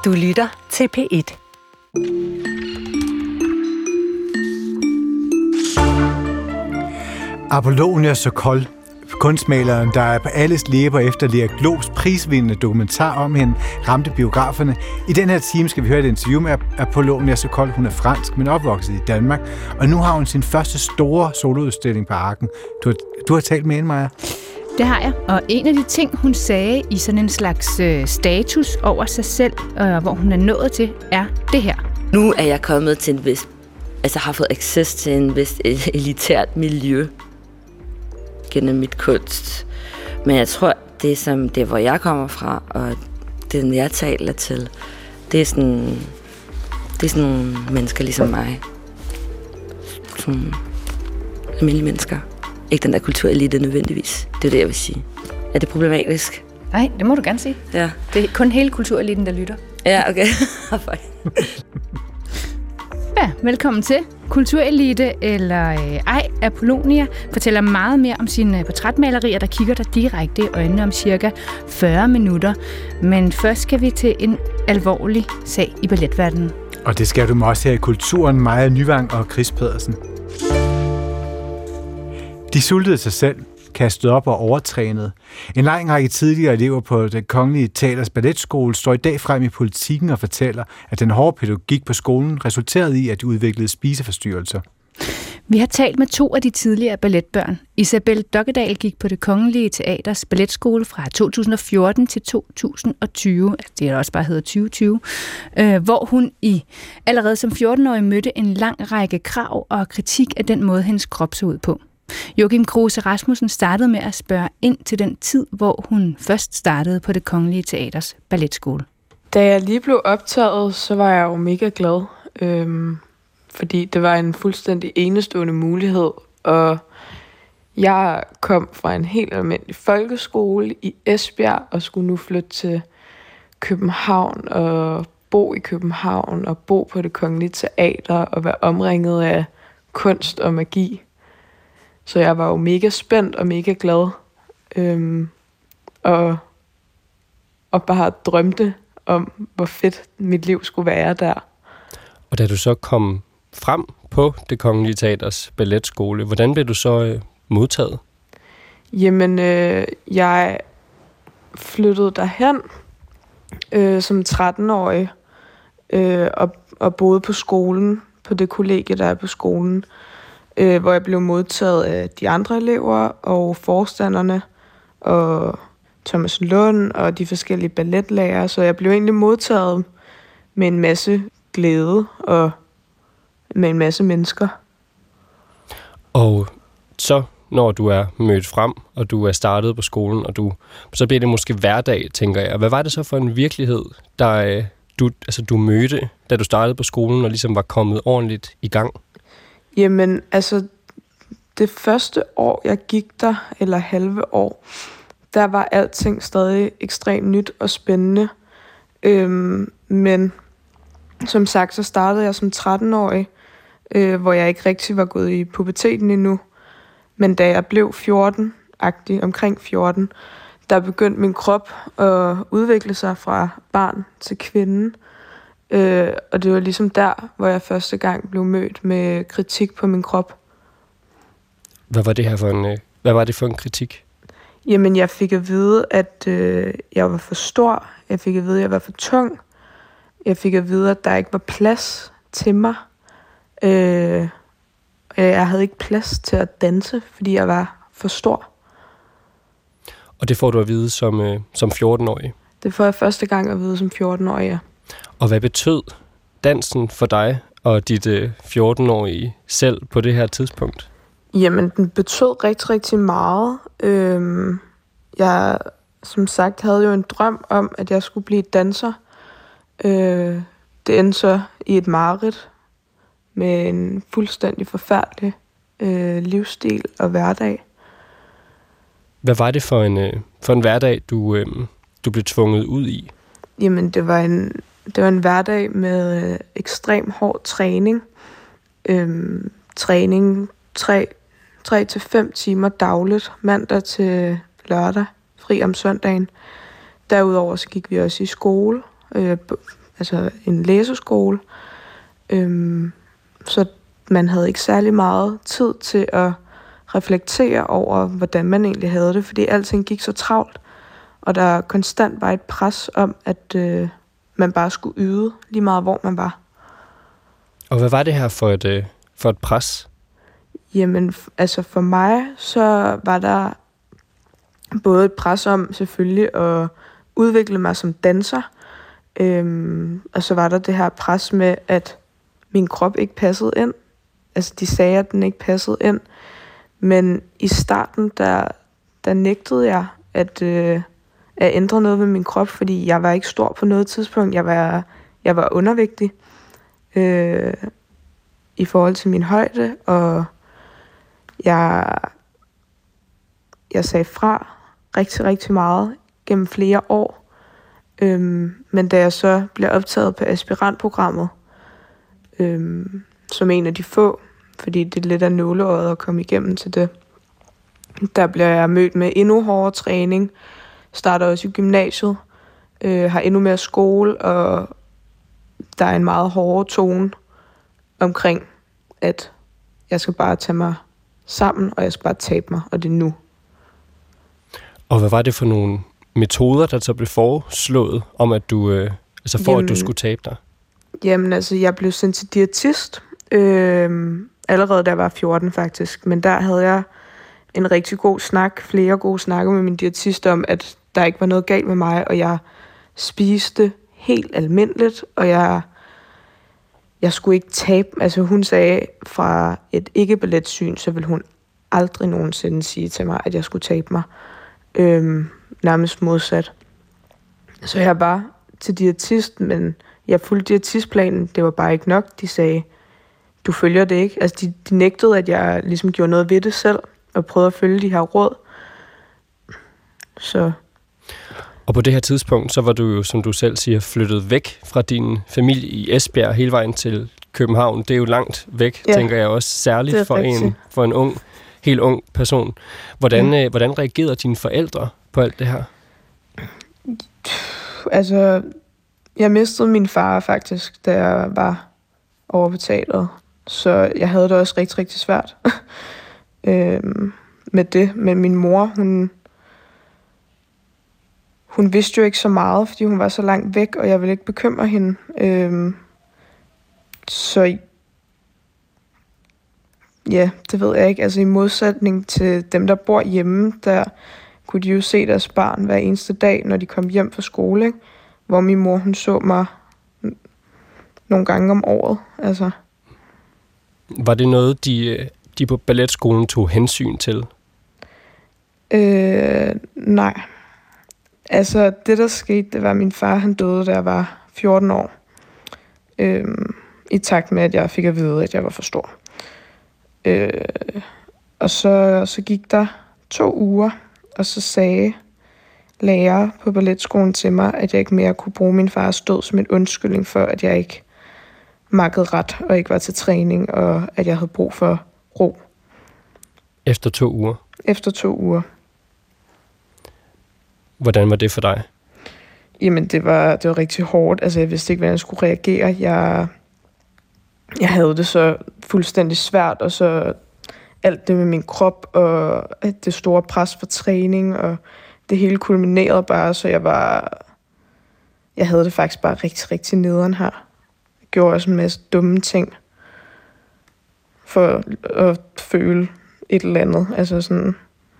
Du lytter til P1. Apollonia Sokol, kunstmaleren, der er på alles læber efter Lea Globs prisvindende dokumentar om hende, ramte biograferne. I den her time skal vi høre et interview med Apollonia Sokol. Hun er fransk, men opvokset i Danmark, og nu har hun sin første store soloudstilling på Arken. Du har talt med hende, Maja? Det har jeg, og en af de ting, hun sagde i sådan en slags status over sig selv, hvor hun er nået til, er det her. Nu er jeg kommet til en vis, har fået access til en vis elitært miljø gennem mit kunst. Men jeg tror, det hvor jeg kommer fra, og det jeg taler til, det er sådan nogle mennesker ligesom mig. Sådan almindelige mennesker. Ikke den der kulturelite nødvendigvis. Det er det, jeg vil sige. Er det problematisk? Nej, det må du gerne sige. Ja. Det er kun hele kultureliten, der lytter. Ja, okay. Ja, velkommen til. Kulturelite, eller Apollonia, fortæller meget mere om sine portrætmalerier, der kigger dig direkte i øjnene om cirka 40 minutter. Men først skal vi til en alvorlig sag i balletverdenen. Og det skal du med også her i Kulturen, Maja Nyvang og Chris Pedersen. De sultede sig selv, kastede op og overtrænede. En lang række tidligere elever på Det Kongelige Teaters Balletskole står i dag frem i Politikken og fortæller, at den hårde pædagogik på skolen resulterede i, at de udviklede spiseforstyrrelser. Vi har talt med to af de tidligere balletbørn. Isabel Dokkedal gik på Det Kongelige Teaters Balletskole fra 2014 til 2020, det er også bare hedder 2020, hvor hun allerede som 14-årig mødte en lang række krav og kritik af den måde, hendes krop så ud på. Joachim Kruse Rasmussen startede med at spørge ind til den tid, hvor hun først startede på Det Kongelige Teaters Balletskole. Da jeg lige blev optaget, så var jeg jo mega glad, fordi det var en fuldstændig enestående mulighed, og jeg kom fra en helt almindelig folkeskole i Esbjerg og skulle nu flytte til København og bo i København og bo på Det Kongelige Teater og være omringet af kunst og magi. Så jeg var jo mega spændt og mega glad, og bare drømte om, hvor fedt mit liv skulle være der. Og da du så kom frem på Det Kongelige Teaters Balletskole, hvordan blev du så modtaget? Jamen, jeg flyttede derhen som 13-årig og boede på skolen, på det kollegie, der er på skolen, hvor jeg blev modtaget af de andre elever og forstanderne og Thomas Lund og de forskellige balletlærer, så jeg blev egentlig modtaget med en masse glæde og med en masse mennesker. Og så, når du er mødt frem, og du er startet på skolen, og så bliver det måske hverdag, tænker jeg. Hvad var det så for en virkelighed, der du mødte, da du startede på skolen og ligesom var kommet ordentligt i gang? Jamen, det første år, jeg gik der, eller halve år, der var alting stadig ekstremt nyt og spændende. Men som sagt, så startede jeg som 13-årig, hvor jeg ikke rigtig var gået i puberteten endnu. Men da jeg blev 14-agtig, omkring 14, der begyndte min krop at udvikle sig fra barn til kvinde. Og det var ligesom der, hvor jeg første gang blev mødt med kritik på min krop. Hvad var det for en kritik? Jamen, jeg fik at vide, at jeg var for stor. Jeg fik at vide, at jeg var for tung. Jeg fik at vide, at der ikke var plads til mig. Jeg havde ikke plads til at danse, fordi jeg var for stor. Og det får du at vide som 14-årig? Det får jeg første gang at vide som 14-årig, ja. Og hvad betød dansen for dig og dit 14-årige selv på det her tidspunkt? Jamen, den betød rigtig, rigtig meget. Jeg, som sagt, havde jo en drøm om, at jeg skulle blive danser. Det endte så i et mareridt med en fuldstændig forfærdelig livsstil og hverdag. Hvad var det for en hverdag, du blev tvunget ud i? Jamen, det var en hverdag med ekstrem hård træning. Træning 3-5 timer dagligt, mandag til lørdag, fri om søndagen. Derudover så gik vi også i skole, altså en læseskole. Så man havde ikke særlig meget tid til at reflektere over, hvordan man egentlig havde det, fordi alting gik så travlt, og der konstant var et pres om, at man bare skulle yde lige meget, hvor man var. Og hvad var det her for et pres? Jamen, altså for mig, så var der både et pres om selvfølgelig at udvikle mig som danser, og så var der det her pres med, at min krop ikke passede ind. Altså, de sagde, at den ikke passede ind. Men i starten, der nægtede jeg at ændre noget ved min krop, fordi jeg var ikke stor på noget tidspunkt. Jeg var undervægtig i forhold til min højde, og jeg sagde fra rigtig, rigtig meget gennem flere år. Men da jeg så blev optaget på aspirantprogrammet, som en af de få, fordi det er lidt af nåleøjet at komme igennem til det, der bliver jeg mødt med endnu hårdere træning, starter også i gymnasiet, har endnu mere skole, og der er en meget hårdere tone omkring, at jeg skal bare tage mig sammen, og jeg skal bare tabe mig, og det er nu. Og hvad var det for nogle metoder, der så blev foreslået om, at du, at du skulle tabe dig? Jamen, altså, jeg blev sendt til diætist, allerede da jeg var 14 faktisk, men der havde jeg en rigtig god snak, flere gode snakke med min diætist om, at der ikke var noget galt med mig, og jeg spiste helt almindeligt, og jeg skulle ikke tabe. Altså hun sagde, fra et ikke-balletsyn, så ville hun aldrig nogensinde sige til mig, at jeg skulle tabe mig. Nærmest modsat. Så jeg var til diætist, men jeg fulgte diætistplanen, det var bare ikke nok. De sagde, du følger det ikke. Altså de nægtede, at jeg ligesom gjorde noget ved det selv, og prøvede at følge de her råd. Så. Og på det her tidspunkt, så var du jo, som du selv siger, flyttet væk fra din familie i Esbjerg hele vejen til København. Det er jo langt væk, tænker jeg også, særligt for en helt ung person. Hvordan reagerede dine forældre på alt det her? Altså, jeg mistede min far faktisk, da jeg var over på teatret. Så jeg havde det også rigtig, rigtig svært med det. Men min mor, hun vidste jo ikke så meget, fordi hun var så langt væk, og jeg ville ikke bekymre hende. Så ja, det ved jeg ikke. Altså i modsætning til dem, der bor hjemme, der kunne de jo se deres barn hver eneste dag, når de kom hjem fra skole, ikke? Hvor min mor, hun så mig nogle gange om året. Altså. Var det noget, de på balletskolen tog hensyn til? Nej. Altså, det der skete, det var, at min far, han døde, da jeg var 14 år. I takt med, at jeg fik at vide, at jeg var for stor. Og så gik der 2 uger, og så sagde lærer på balletskolen til mig, at jeg ikke mere kunne bruge min fars død som en undskyldning for, at jeg ikke makkede ret, og ikke var til træning, og at jeg havde brug for ro. Efter 2 uger? Efter 2 uger. Hvordan var det for dig? Jamen, det var rigtig hårdt. Altså, jeg vidste ikke, hvordan jeg skulle reagere. Jeg havde det så fuldstændig svært, og så alt det med min krop, og det store pres for træning, og det hele kulminerede bare, så jeg havde det faktisk bare rigtig, rigtig nederen her. Jeg gjorde også en masse dumme ting, for at føle et eller andet, altså sådan.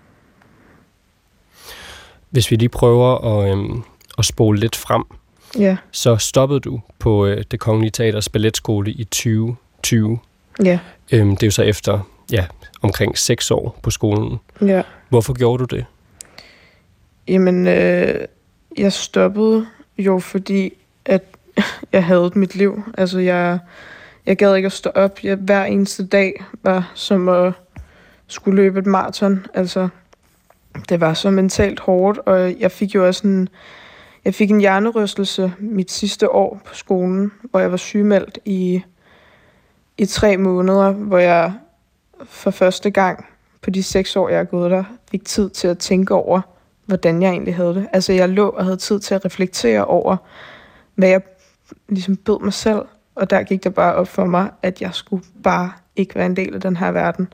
Hvis vi lige prøver at spole lidt frem, så stoppede du på Det Kongelige Teaters balletskole i 2020. Ja. Det er jo så efter omkring 6 år på skolen. Ja. Hvorfor gjorde du det? Jamen, jeg stoppede jo fordi, at jeg havde mit liv. Altså, jeg gad ikke at stå op. Hver eneste dag var som at skulle løbe et maraton. Altså, det var så mentalt hårdt, og jeg fik jo også en hjernerystelse mit sidste år på skolen, hvor jeg var sygemeldt i 3 måneder, hvor jeg for første gang på de 6 år, jeg har gået der, fik tid til at tænke over, hvordan jeg egentlig havde det. Altså, jeg lå og havde tid til at reflektere over, hvad jeg ligesom bød mig selv, og der gik det bare op for mig, at jeg skulle bare ikke være en del af den her verden.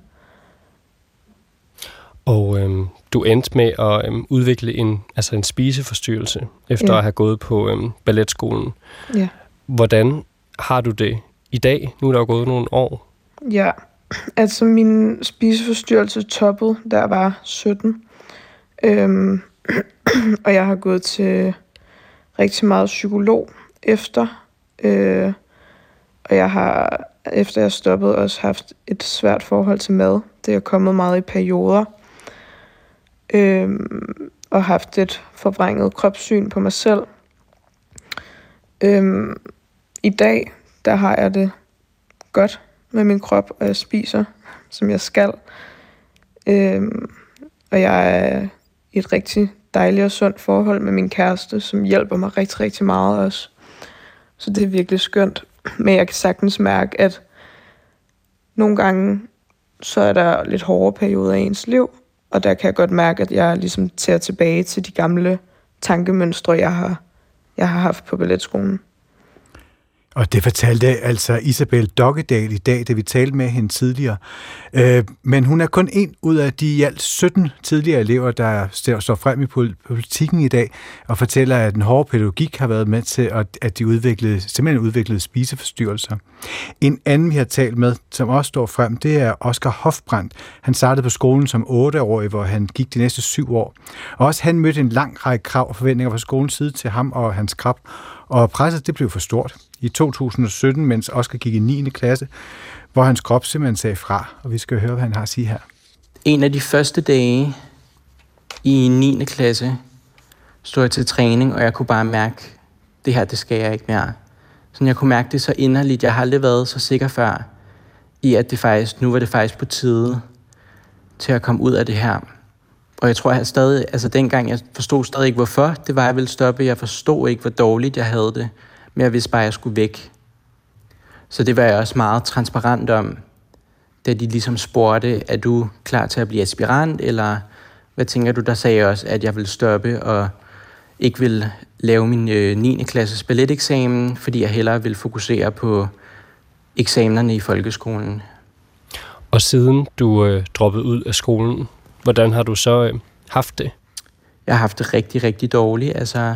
Og du endte med at udvikle en spiseforstyrrelse, efter at have gået på balletskolen. Ja. Hvordan har du det i dag, nu er der gået nogle år? Ja, altså min spiseforstyrrelse toppede, da jeg var 17. Og jeg har gået til rigtig meget psykolog efter. Og jeg har, efter jeg stoppede, også haft et svært forhold til mad. Det er kommet meget i perioder. Og haft et forvrænget kropssyn på mig selv. I dag, der har jeg det godt med min krop, og jeg spiser, som jeg skal. Og jeg er i et rigtig dejligt og sundt forhold med min kæreste, som hjælper mig rigtig, rigtig meget også. Så det er virkelig skønt. Men jeg kan sagtens mærke, at nogle gange, så er der lidt hårde perioder i ens liv, og der kan jeg godt mærke, at jeg ligesom tager tilbage til de gamle tankemønstre, jeg har haft på balletskolen. Og det fortalte altså Isabel Dokkedal i dag, da vi talte med hende tidligere. Men hun er kun en ud af de i alt 17 tidligere elever, der står frem i politikken i dag, og fortæller, at den hårde pædagogik har været med til, at de simpelthen udviklede spiseforstyrrelser. En anden, vi har talt med, som også står frem, det er Oscar Hofbrandt. Han startede på skolen som 8-årig, hvor han gik de næste 7 år. Og også han mødte en lang række krav og forventninger fra skolens side til ham og hans krop, og presset det blev for stort. I 2017, mens Oscar gik i 9. klasse, hvor hans krop simpelthen sagde fra, og vi skal høre, hvad han har at sige her. En af de første dage i 9. klasse stod jeg til træning, og jeg kunne bare mærke, det her, det skal jeg ikke mere. Så jeg kunne mærke det så inderligt. Jeg har aldrig været så sikker før, i at nu var det faktisk på tide til at komme ud af det her. Og jeg tror, at dengang jeg forstod stadig ikke, hvorfor det var, jeg ville stoppe. Jeg forstod ikke, hvor dårligt jeg havde det, men jeg vidste bare, at jeg skulle væk. Så det var jeg også meget transparent om, da de ligesom spurgte, er du klar til at blive aspirant, eller hvad tænker du? Der sagde jeg også, at jeg ville stoppe og ikke ville lave min 9. klasses balleteksamen, fordi jeg hellere ville fokusere på eksamenerne i folkeskolen. Og siden du droppede ud af skolen, hvordan har du så haft det? Jeg har haft det rigtig, rigtig dårligt. Altså,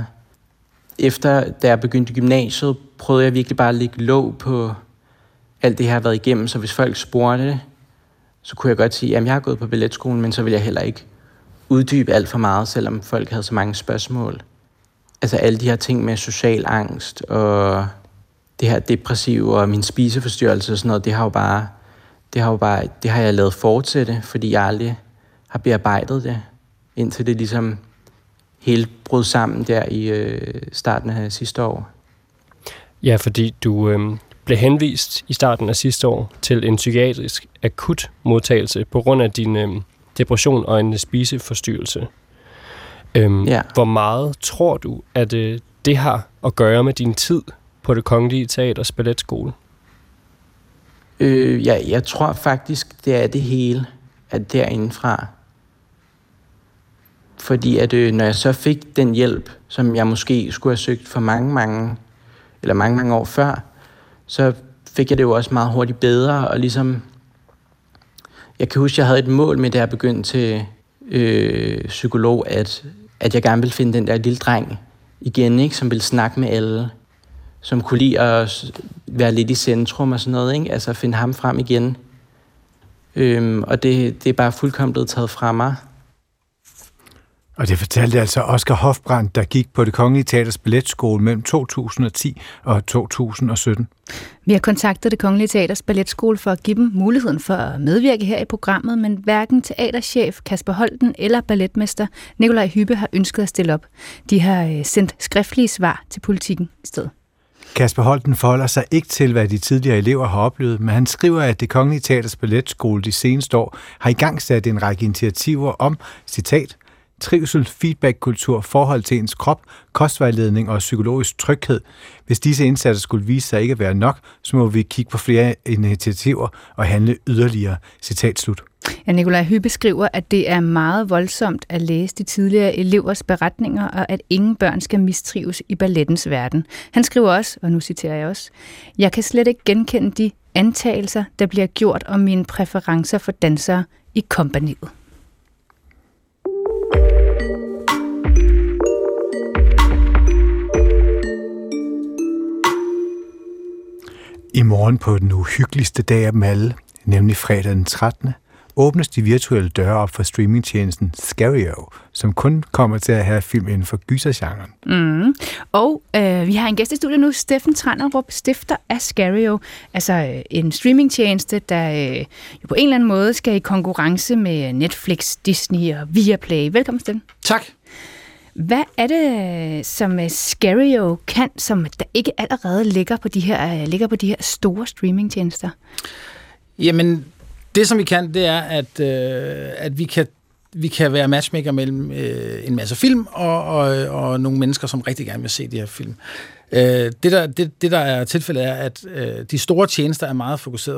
da jeg begyndte i gymnasiet, prøvede jeg virkelig bare at lægge låg på alt det, jeg har været igennem. Så hvis folk spurgte det, så kunne jeg godt sige, at jeg har gået på balletskolen, men så ville jeg heller ikke uddybe alt for meget, selvom folk havde så mange spørgsmål. Altså alle de her ting med social angst og det her depressive og min spiseforstyrrelse og sådan noget, det har jeg lavet fortsætte, fordi jeg aldrig har bearbejdet det, indtil det ligesom helt brød sammen der i starten af sidste år. Ja, fordi du blev henvist i starten af sidste år til en psykiatrisk akut modtagelse på grund af din depression og en spiseforstyrrelse. Hvor meget tror du, at det har at gøre med din tid på Det Kongelige Teaters balletskole? Jeg tror faktisk, det er det hele, at derindefra. Fordi at når jeg så fik den hjælp, som jeg måske skulle have søgt for mange år før, så fik jeg det jo også meget hurtigt bedre, og ligesom, jeg kan huske, jeg havde et mål med, da jeg begyndte til psykolog, at jeg gerne ville finde den der lille dreng igen, ikke, som ville snakke med alle, som kunne lide at være lidt i centrum og sådan noget, ikke? Altså finde ham frem igen. Og det er bare fuldkommen blevet taget fra mig. Og det fortalte altså Oscar Hofbrandt, der gik på Det Kongelige Teaters balletskole mellem 2010 og 2017. Vi har kontaktet Det Kongelige Teaters balletskole for at give dem muligheden for at medvirke her i programmet, men hverken teaterchef Kasper Holten eller balletmester Nikolaj Hübbe har ønsket at stille op. De har sendt skriftlige svar til Politikken i stedet. Kasper Holten forholder sig ikke til, hvad de tidligere elever har oplevet, men han skriver, at Det Kongelige Teaters balletskole de seneste år har igangsat en række initiativer om, citat, trivsel, feedbackkultur, forhold til ens krop, kostvejledning og psykologisk tryghed. Hvis disse indsatser skulle vise sig ikke at være nok, så må vi kigge på flere initiativer og handle yderligere. Citat slut. Ja, Nikolaj Hübbe skriver, at det er meget voldsomt at læse de tidligere elevers beretninger, og at ingen børn skal mistrives i ballettens verden. Han skriver også, og nu citerer jeg også, jeg kan slet ikke genkende de antagelser, der bliver gjort om mine præferencer for dansere i kompagniet. I morgen på den uhyggeligste dag af dem alle, nemlig fredag den 13., åbnes de virtuelle døre op for streamingtjenesten Scario, som kun kommer til at have film inden for gysergenren. Og vi har en gæst i studiet nu, Steffen Tranderup, stifter af Scario, altså en streamingtjeneste, der jo på en eller anden måde skal i konkurrence med Netflix, Disney og Viaplay. Velkommen, Steffen. Tak. Hvad er det, som Scario kan, som der ikke allerede ligger på de her store streamingtjenester? Jamen, det som vi kan, det er, at vi kan være matchmaker mellem en masse film og nogle mennesker, som rigtig gerne vil se de her film. Det der er tilfældet er, at de store tjenester er meget fokuseret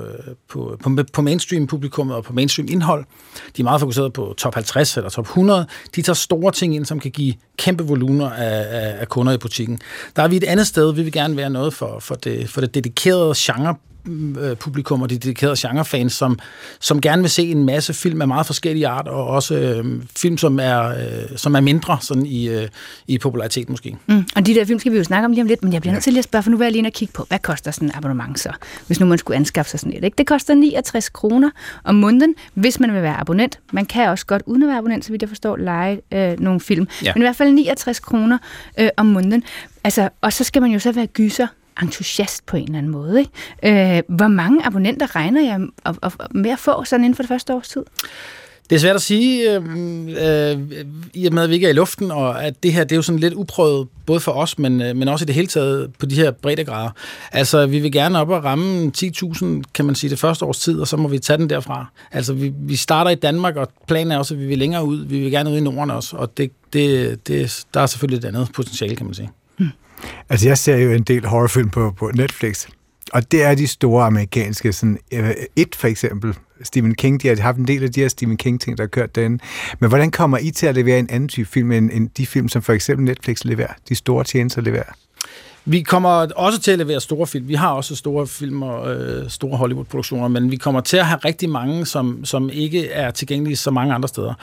på mainstream-publikummet og på mainstream-indhold. De er meget fokuseret på top 50 eller top 100. De tager store ting ind, som kan give kæmpe volumener af kunder i butikken. Der er vi et andet sted. Vi vil gerne være noget for det dedikerede genre-publikum og de dedikerede genrefans, som gerne vil se en masse film af meget forskellige art, og også film, som er mindre sådan i popularitet måske. Og de der film skal vi jo snakke om lige om lidt, men jeg bliver nødt til lige at spørge, for nu vil jeg lige kigge på, hvad koster sådan en abonnement så, hvis nu man skulle anskaffe sig sådan et, ikke? Det koster 69 kroner om måneden, hvis man vil være abonnent. Man kan også godt, uden at være abonnent, så vidt jeg forstår, lege nogle film. Ja. Men i hvert fald 69 kroner om måneden. Altså, og så skal man jo så være entusiast på en eller anden måde, ikke? Hvor mange abonnenter regner jeg med at få sådan inden for det første års tid? Det er svært at sige, i og med, at vi ikke er i luften, og at det her, det er jo sådan lidt uprøvet, både for os, men også i det hele taget på de her breddegrader. Altså, vi vil gerne op og ramme 10.000, kan man sige, det første års tid, og så må vi tage den derfra. Altså, vi starter i Danmark, og planen er også, at vi vil længere ud. Vi vil gerne ud i Norden også, og der er selvfølgelig et andet potentiale, kan man sige. Altså, jeg ser jo en del horrorfilm på Netflix, og det er de store amerikanske, sådan It for eksempel, Stephen King, de har haft en del af de her Stephen King-ting, der har kørt derinde. Men hvordan kommer I til at levere en anden type film, end de film, som for eksempel Netflix leverer, de store tjenester leverer? Vi kommer også til at levere store film. Vi har også store film og store Hollywood-produktioner, men vi kommer til at have rigtig mange, som ikke er tilgængelige så mange andre steder.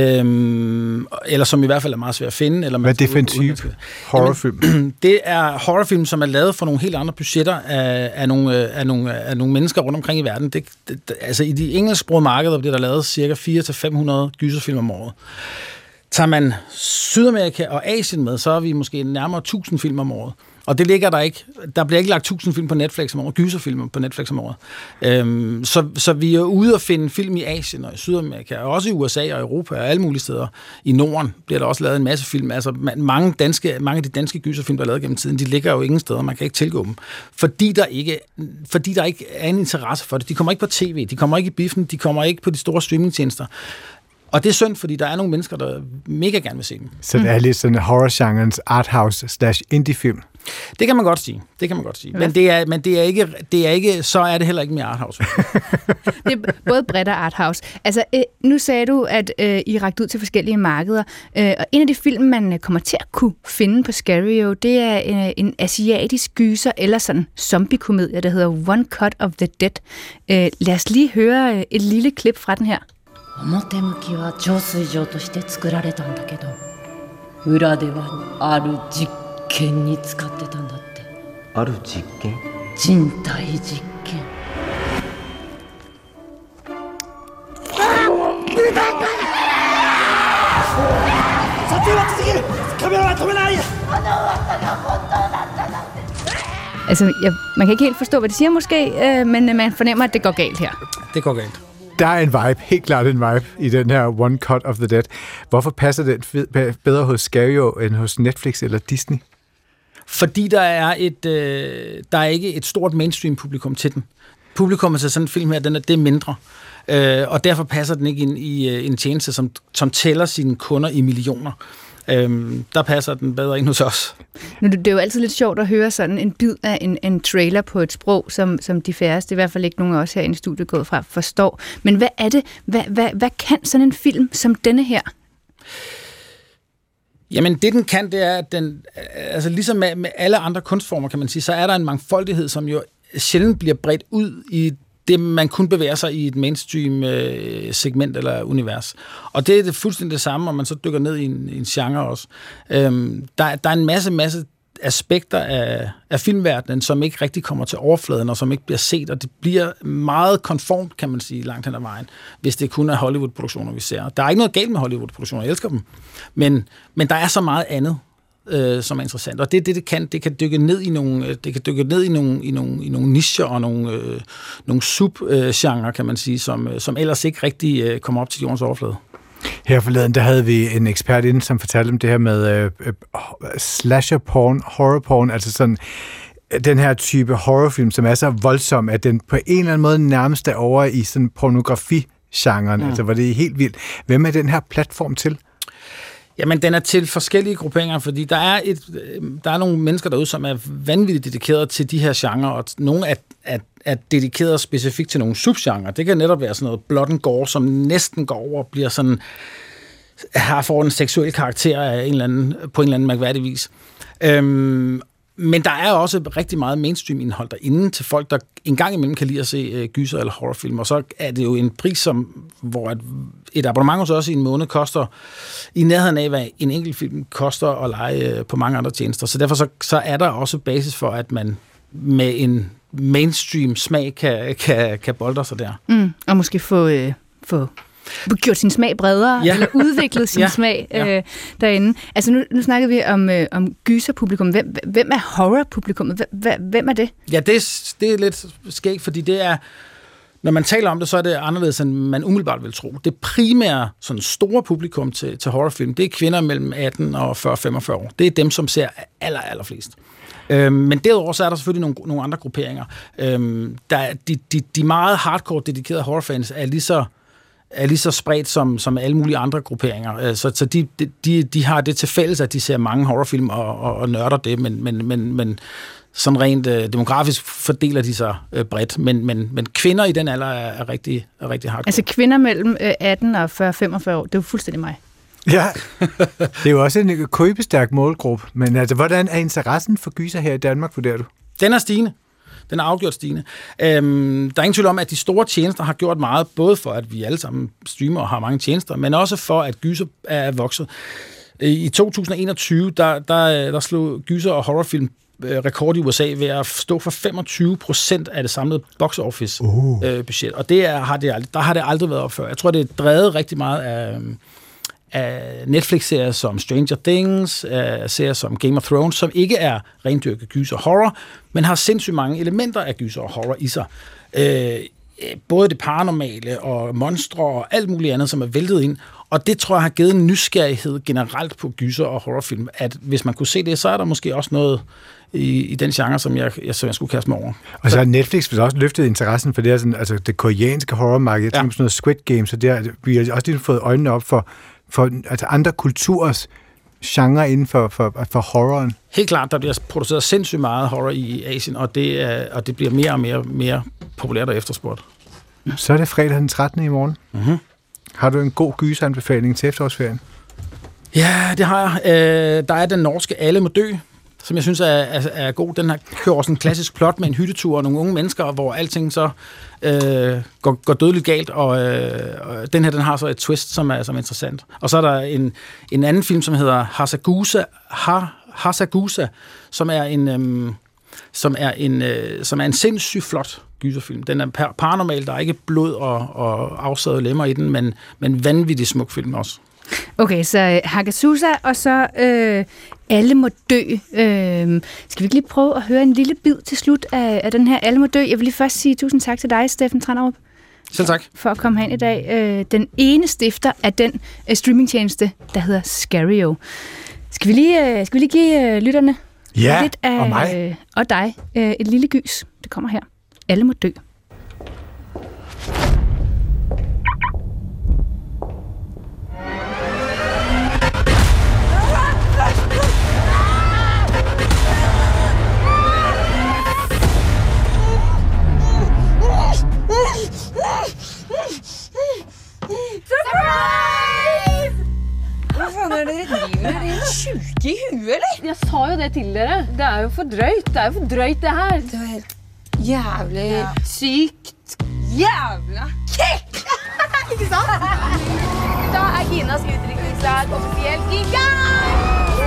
Eller som i hvert fald er meget svært at finde. Eller hvad er det for en type horrorfilm? Jamen, det er horrorfilm, som er lavet for nogle helt andre budgetter af nogle mennesker rundt omkring i verden. Altså i de engelsksprogede markeder bliver der lavet cirka 400-500 gyserfilm om året. Tager man Sydamerika og Asien med, så er vi måske nærmere 1000 film om året. Og det ligger der ikke. Der bliver ikke lagt 1000 film på Netflix om året, gyserfilm på Netflix om året. Så vi er ude at finde film i Asien og i Sydamerika, og også i USA og Europa og alle mulige steder. I Norden bliver der også lavet en masse film. Altså mange af de danske gyserfilm, der er lavet gennem tiden, de ligger jo ingen steder. Man kan ikke tilgå dem. Fordi der ikke er en interesse for det. De kommer ikke på tv, de kommer ikke i biffen, de kommer ikke på de store streamingtjenester. Og det er synd, fordi der er nogle mennesker, der mega gerne vil se dem. Så det er lidt sådan horror-genrens arthouse/indie-film? Det kan man godt sige. Men det er ikke, så er det heller ikke mere arthouse. Det er både bredt og arthouse. Altså, nu sagde du, at I rakte ud til forskellige markeder, og en af de film, man kommer til at kunne finde på Scario, det er en asiatisk gyser, eller sådan zombie-komedie, der hedder One Cut of the Dead. Lad os lige høre et lille klip fra den her. 表向きは浄水場として作られたんだけど、裏ではある実験に使ってたんだって。ある実験？人体実験。 撮影は続ける。カメラは止めない。 Altså, man kan ikke helt forstå, hvad de siger måske, men man fornemmer, at det går galt her. Det går galt. Der er en vibe, helt klart en vibe, i den her One Cut of the Dead. Hvorfor passer den bedre hos Scario end hos Netflix eller Disney? Fordi der er ikke et stort mainstream-publikum til den. publikummet til sådan en film her, det er mindre. Og derfor passer den ikke ind i en tjeneste, som tæller sine kunder i millioner. Der passer den bedre ind hos os. Nu, det er jo altid lidt sjovt at høre sådan en bid af en trailer på et sprog, som de færreste, i hvert fald ikke nogen af os her i studiet gået fra, forstår. Men hvad er det? Hvad kan sådan en film som denne her? Jamen, det den kan, det er, at den, altså ligesom med alle andre kunstformer, kan man sige, så er der en mangfoldighed, som jo sjældent bliver bredt ud i det, man kun bevæger sig i et mainstream segment eller univers. Og det er det fuldstændig det samme, om man så dykker ned i en genre også. Der er en masse aspekter af filmverdenen, som ikke rigtig kommer til overfladen, og som ikke bliver set, og det bliver meget konformt, kan man sige, langt hen ad vejen, hvis det kun er Hollywood-produktioner, vi ser. Der er ikke noget galt med Hollywood-produktioner, jeg elsker dem, men der er så meget andet, som er interessant. Og det kan. Det kan dykke ned i nogle nicher og nogle subgenre, kan man sige, som ellers ikke rigtig kommer op til jordens overflade. Her forleden, der havde vi en ekspert inde, som fortalte om det her med slasher porn, horror porn, altså sådan den her type horrorfilm, som er så voldsom, at den på en eller anden måde nærmest er over i sådan pornografi-genren, altså hvor det er helt vildt. Hvem er den her platform til? Jamen, den er til forskellige grupperinger, fordi der er nogle mennesker derude, som er vanvittigt dedikeret til de her genrer, og nogle er dedikeret specifikt til nogle subgenrer. Det kan netop være sådan noget blood and gore, som næsten går over og bliver sådan, får en seksuel karakter af på en eller anden mærkværdig vis. Men der er også rigtig meget mainstream-indhold derinde til folk, der en gang imellem kan lide at se gyser eller horrorfilm. Og så er det jo en pris, hvor et abonnement hos os i en måned koster i nærheden af, hvad en enkelt film koster at lege på mange andre tjenester. Så derfor så er der også basis for, at man med en mainstream smag kan bolde sig der. Og måske få gjort sin smag bredere, eller udviklet sin smag derinde. Altså nu snakkede vi om gyserpublikum. Hvem er horrorpublikummet? Hvem er det? Ja, det er lidt skægt, fordi det er, når man taler om det, så er det anderledes, end man umiddelbart vil tro. Det primære sådan store publikum til horrorfilm, det er kvinder mellem 18 og 40-45 år. Det er dem, som ser allerflest. Men derudover så er der selvfølgelig nogle andre grupperinger. De meget hardcore dedikerede horrorfans er lige så spredt som alle mulige andre grupperinger. Så de har det til fælles, at de ser mange horrorfilm og nørder det, men sådan rent demografisk fordeler de sig bredt. Men kvinder i den alder er rigtig hardcore. Altså kvinder mellem 18 og 40-45 år, det er jo fuldstændig mig. Ja, det er jo også en købestærk målgruppe, men altså, hvordan er interessen for gyser her i Danmark, vurderer du? Den er stigende. Den er afgjort stigende. Der er ingen tvivl om, at de store tjenester har gjort meget, både for, at vi alle sammen streamer og har mange tjenester, men også for, at gyser er vokset. I 2021, der slog gyser og horrorfilm rekord i USA ved at stå for 25% af det samlede box office budget. Og det har det aldrig været op før. Jeg tror, det er drevet rigtig meget af Netflix-serier som Stranger Things, serier som Game of Thrones, som ikke er rendyrket gyser og horror, men har sindssygt mange elementer af gyser og horror i sig. Både det paranormale og monstre og alt muligt andet, som er væltet ind. Og det tror jeg har givet en nysgerrighed generelt på gyser og horrorfilm, at hvis man kunne se det, så er der måske også noget i den genre, som jeg skulle kaste mig over. Og så har Netflix også løftet interessen for det her, sådan, altså det koreanske horrormarked, jeg tænker sådan noget Squid Game, så der, vi har også lige fået øjnene op for altså andre kulturers genre inden for horroren. Helt klart, der bliver produceret sindssygt meget horror i Asien, og det bliver mere og mere populært og efterspurgt. Så er det fredag den 13. i morgen. Mm-hmm. Har du en god gyseranbefaling til efterårsferien? Ja, det har jeg. Der er den norske Alle må dø, som jeg synes er god. Den har kører sådan en klassisk plot med en hyttetur og nogle unge mennesker, hvor alting så går dødeligt galt, og den her, den har så et twist, som er interessant. Og så er der en anden film, som hedder Hasagusa, som er en sindssygt flot gyserfilm. Den er paranormal, der er ikke blod og afsagede lemmer i den, men vanvittig smuk film også. Okay, så Hasagusa, og så Alle må dø. Skal vi ikke lige prøve at høre en lille bid til slut af den her Alle må dø? Jeg vil lige først sige tusind tak til dig, Steffen Tranderup. Selv tak. For at komme hen i dag. Den ene stifter af den streamingtjeneste, der hedder Scario. Skal vi lige give lytterne lidt af, og mig og dig et lille gys? Det kommer her. Alle må dø. jeg til dere. Det er jo for drøyt. Det er jo for drøyt, det her. Det var helt jævlig Sykt. Jævla kjekk! Ikke sant? Da er Kinas utdrikningslag offisielt i gang!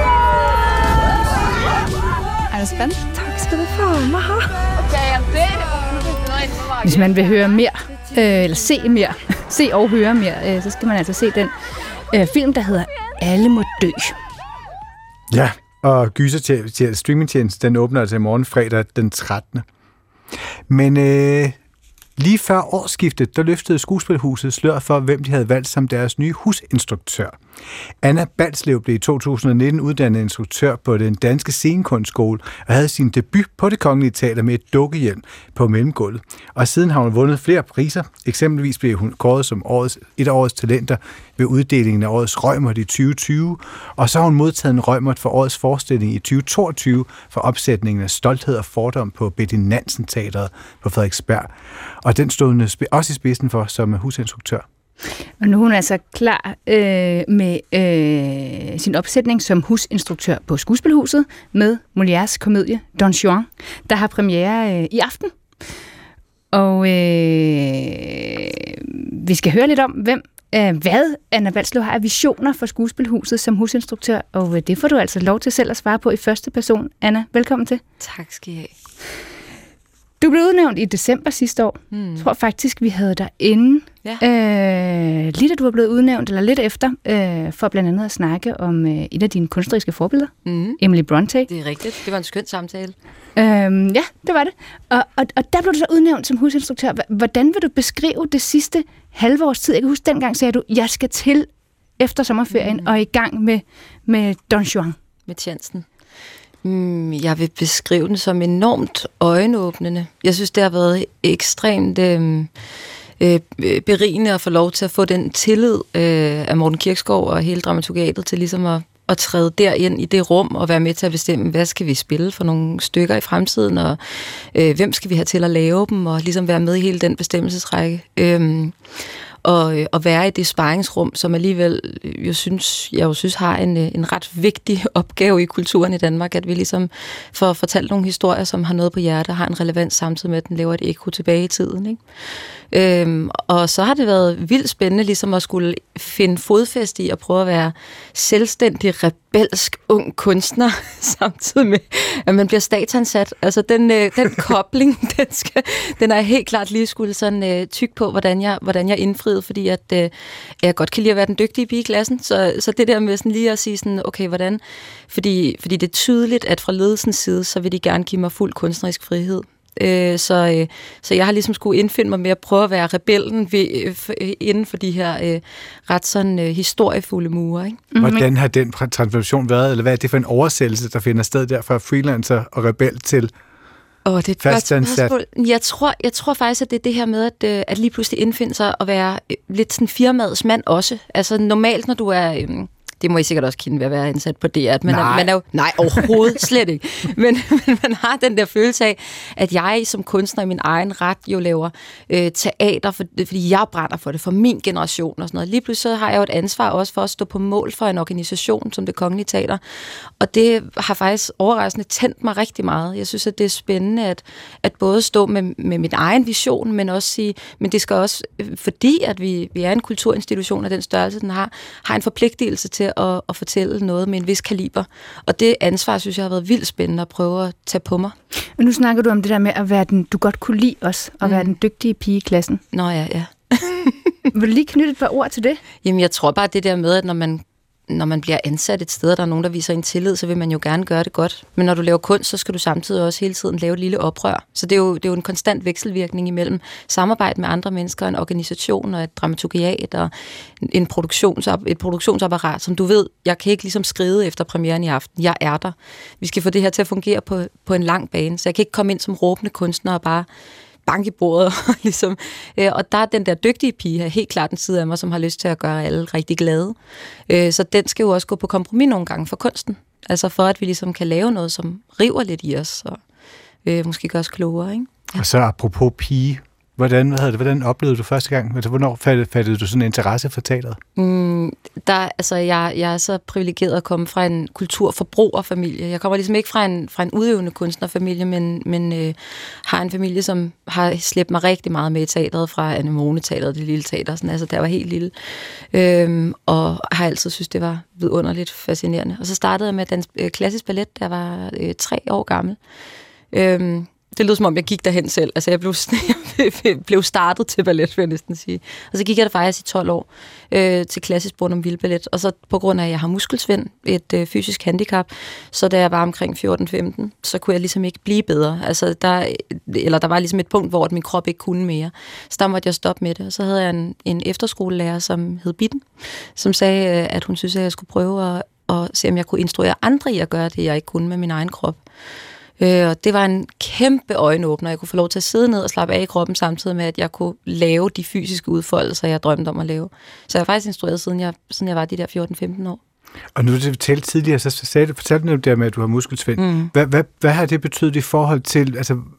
Er du spændt? Tak skal du faen meg ha. Okay, jenter. Åpne puppene og inn med magen. Hvis man vil høre mere, eller se mere, se og høre mere, så skal man altså se den film, der hedder Alle må dø. Ja, og gyser streamingtjenesten, den åbner altså i morgen fredag den 13. Men lige før årsskiftet, der løftede Skuespilhuset slør for, hvem de havde valgt som deres nye husinstruktør. Anna Balslev blev i 2019 uddannet instruktør på den danske scenekunstskole og havde sin debut på Det Kongelige Teater med et dukkehjem på mellemgulvet. Og siden har hun vundet flere priser. Eksempelvis blev hun kåret som et af årets talenter ved uddelingen af årets Reumert i 2020, og så har hun modtaget en Reumert for årets forestilling i 2022 for opsætningen af Stolthed og Fordom på Betty Nansen Teatret på Frederiksberg. Og den stod hun også i spidsen for som husinstruktør. Og nu er hun altså klar med sin opsætning som husinstruktør på Skuespilhuset med Molières komedie Don Juan, der har premiere i aften. Og vi skal høre lidt om, hvad Anna Balslev har af visioner for Skuespilhuset som husinstruktør, og det får du altså lov til selv at svare på i første person. Anna, velkommen til. Tak skal I have. Du blev udnævnt i december sidste år. Jeg tror faktisk, vi havde dig inde, lige da du var blevet udnævnt, eller lidt efter, for blandt andet at snakke om en af dine kunstneriske forbilleder, Emily Brontë. Det er rigtigt. Det var en skøn samtale. Ja, det var det. Og der blev du så udnævnt som husinstruktør. Hvordan vil du beskrive det sidste halve års tid? Jeg kan huske, dengang sagde du, jeg skal til efter sommerferien og i gang med Don Juan. Med Tjansen. Jeg vil beskrive den som enormt øjenåbnende. Jeg synes, det har været ekstremt berigende at få lov til at få den tillid af Morten Kirkskov og hele dramaturgiatet til ligesom at træde derind i det rum og være med til at bestemme, hvad skal vi spille for nogle stykker i fremtiden, og hvem skal vi have til at lave dem, og ligesom være med i hele den bestemmelsesrække. Og være i det sparringsrum, som alligevel jeg synes har en ret vigtig opgave i kulturen i Danmark, at vi ligesom får fortalt nogle historier, som har noget på hjertet, og har en relevans samtidig med, at den lever et ekko tilbage i tiden, ikke? Og så har det været vildt spændende ligesom at skulle finde fodfæste i at prøve at være selvstændig, rebelsk, ung kunstner, samtidig med, at man bliver statsansat. Altså den kobling, den er helt klart lige skulle sådan tyk på, hvordan jeg indfriede, fordi at jeg godt kan lide at være den dygtige pige i klassen. Så det der med sådan lige at sige sådan, okay, hvordan? Fordi det er tydeligt, at fra ledelsens side, så vil de gerne give mig fuld kunstnerisk frihed. Så jeg har ligesom skulle indfinde mig med at prøve at være rebellen inden for de her ret sådan historiefulde mure, ikke? Hvordan har den transformation været, eller hvad er det for en oversættelse, der finder sted der fra freelancer og rebel til det er fastansat? Jeg tror faktisk, at det er det her med, at lige pludselig indfinde sig og være lidt sådan firmaets mand også. Altså normalt, når du er... Det må I sikkert også kende ved at være ansat på DR. Man er jo, nej, overhovedet slet ikke. Men man har den der følelse af, at jeg som kunstner i min egen ret jo laver teater, fordi jeg brænder for det, for min generation og sådan noget. Lige pludselig har jeg jo et ansvar også for at stå på mål for en organisation som Det Kongelige Teater. Og det har faktisk overraskende tændt mig rigtig meget. Jeg synes, at det er spændende at både stå med min egen vision, men også sige, men det skal også, fordi at vi er en kulturinstitution af den størrelse, den har en forpligtelse til at fortælle noget med en vis kaliber. Og det ansvar, synes jeg, har været vildt spændende at prøve at tage på mig. Og nu snakker du om det der med at være den, du godt kunne lide os, og være den dygtige pige i klassen. Nå ja. Vil du lige knytte et par ord til det? Jamen, jeg tror bare det der med, at når man bliver ansat et sted, og der er nogen, der viser en tillid, så vil man jo gerne gøre det godt. Men når du laver kunst, så skal du samtidig også hele tiden lave et lille oprør. Så det er jo en konstant vekselvirkning imellem samarbejde med andre mennesker, en organisation og et dramaturgiat og et produktionsapparat, som du ved, jeg kan ikke ligesom skride efter premieren i aften. Jeg er der. Vi skal få det her til at fungere på en lang bane, så jeg kan ikke komme ind som råbende kunstner og bare bank i bordet, ligesom. Og der er den der dygtige pige her, helt klart den side af mig, som har lyst til at gøre alle rigtig glade. Så den skal jo også gå på kompromis nogle gange for kunsten. Altså for, at vi ligesom kan lave noget, som river lidt i os, og måske gør os klogere, ikke? Ja. Og så apropos pige, Hvordan oplevede du første gang? Altså, hvornår fattede du sådan en interesse for teateret? Jeg er så privilegeret at komme fra en kulturforbrugerfamilie. Jeg kommer ligesom ikke fra en udøvende kunstnerfamilie, men har en familie, som har slæbt mig rigtig meget med i teateret, fra Anemone-teateret, det lille teater, sådan, altså der var helt lille. Og har altid synes det var vidunderligt fascinerende. Og så startede jeg med at danse klassisk ballet, da jeg var 3 år gammel. Det lød som om, jeg gik derhen selv. Altså, jeg blev startet til ballet, vil jeg næsten sige. Og så gik jeg der faktisk i 12 år til klassisk Bournonville ballet. Og så på grund af, at jeg har muskelsvind, et fysisk handicap, så da jeg var omkring 14-15, så kunne jeg ligesom ikke blive bedre. Altså, der var ligesom et punkt, hvor min krop ikke kunne mere. Så der måtte jeg stoppe med det. Og så havde jeg en efterskolelærer, som hed Bitten, som sagde, at hun synes, at jeg skulle prøve at se, om jeg kunne instruere andre i at gøre det, jeg ikke kunne med min egen krop. Og det var en kæmpe øjenåbner. Jeg kunne få lov til at sidde ned og slappe af i kroppen, samtidig med, at jeg kunne lave de fysiske udfoldelser, jeg drømte om at lave. Så jeg har faktisk instrueret, siden jeg var de der 14-15 år. Og nu det vi talte tidligere, så fortalte du der med, at du har muskelsvind. Hvad har det betydet i forhold til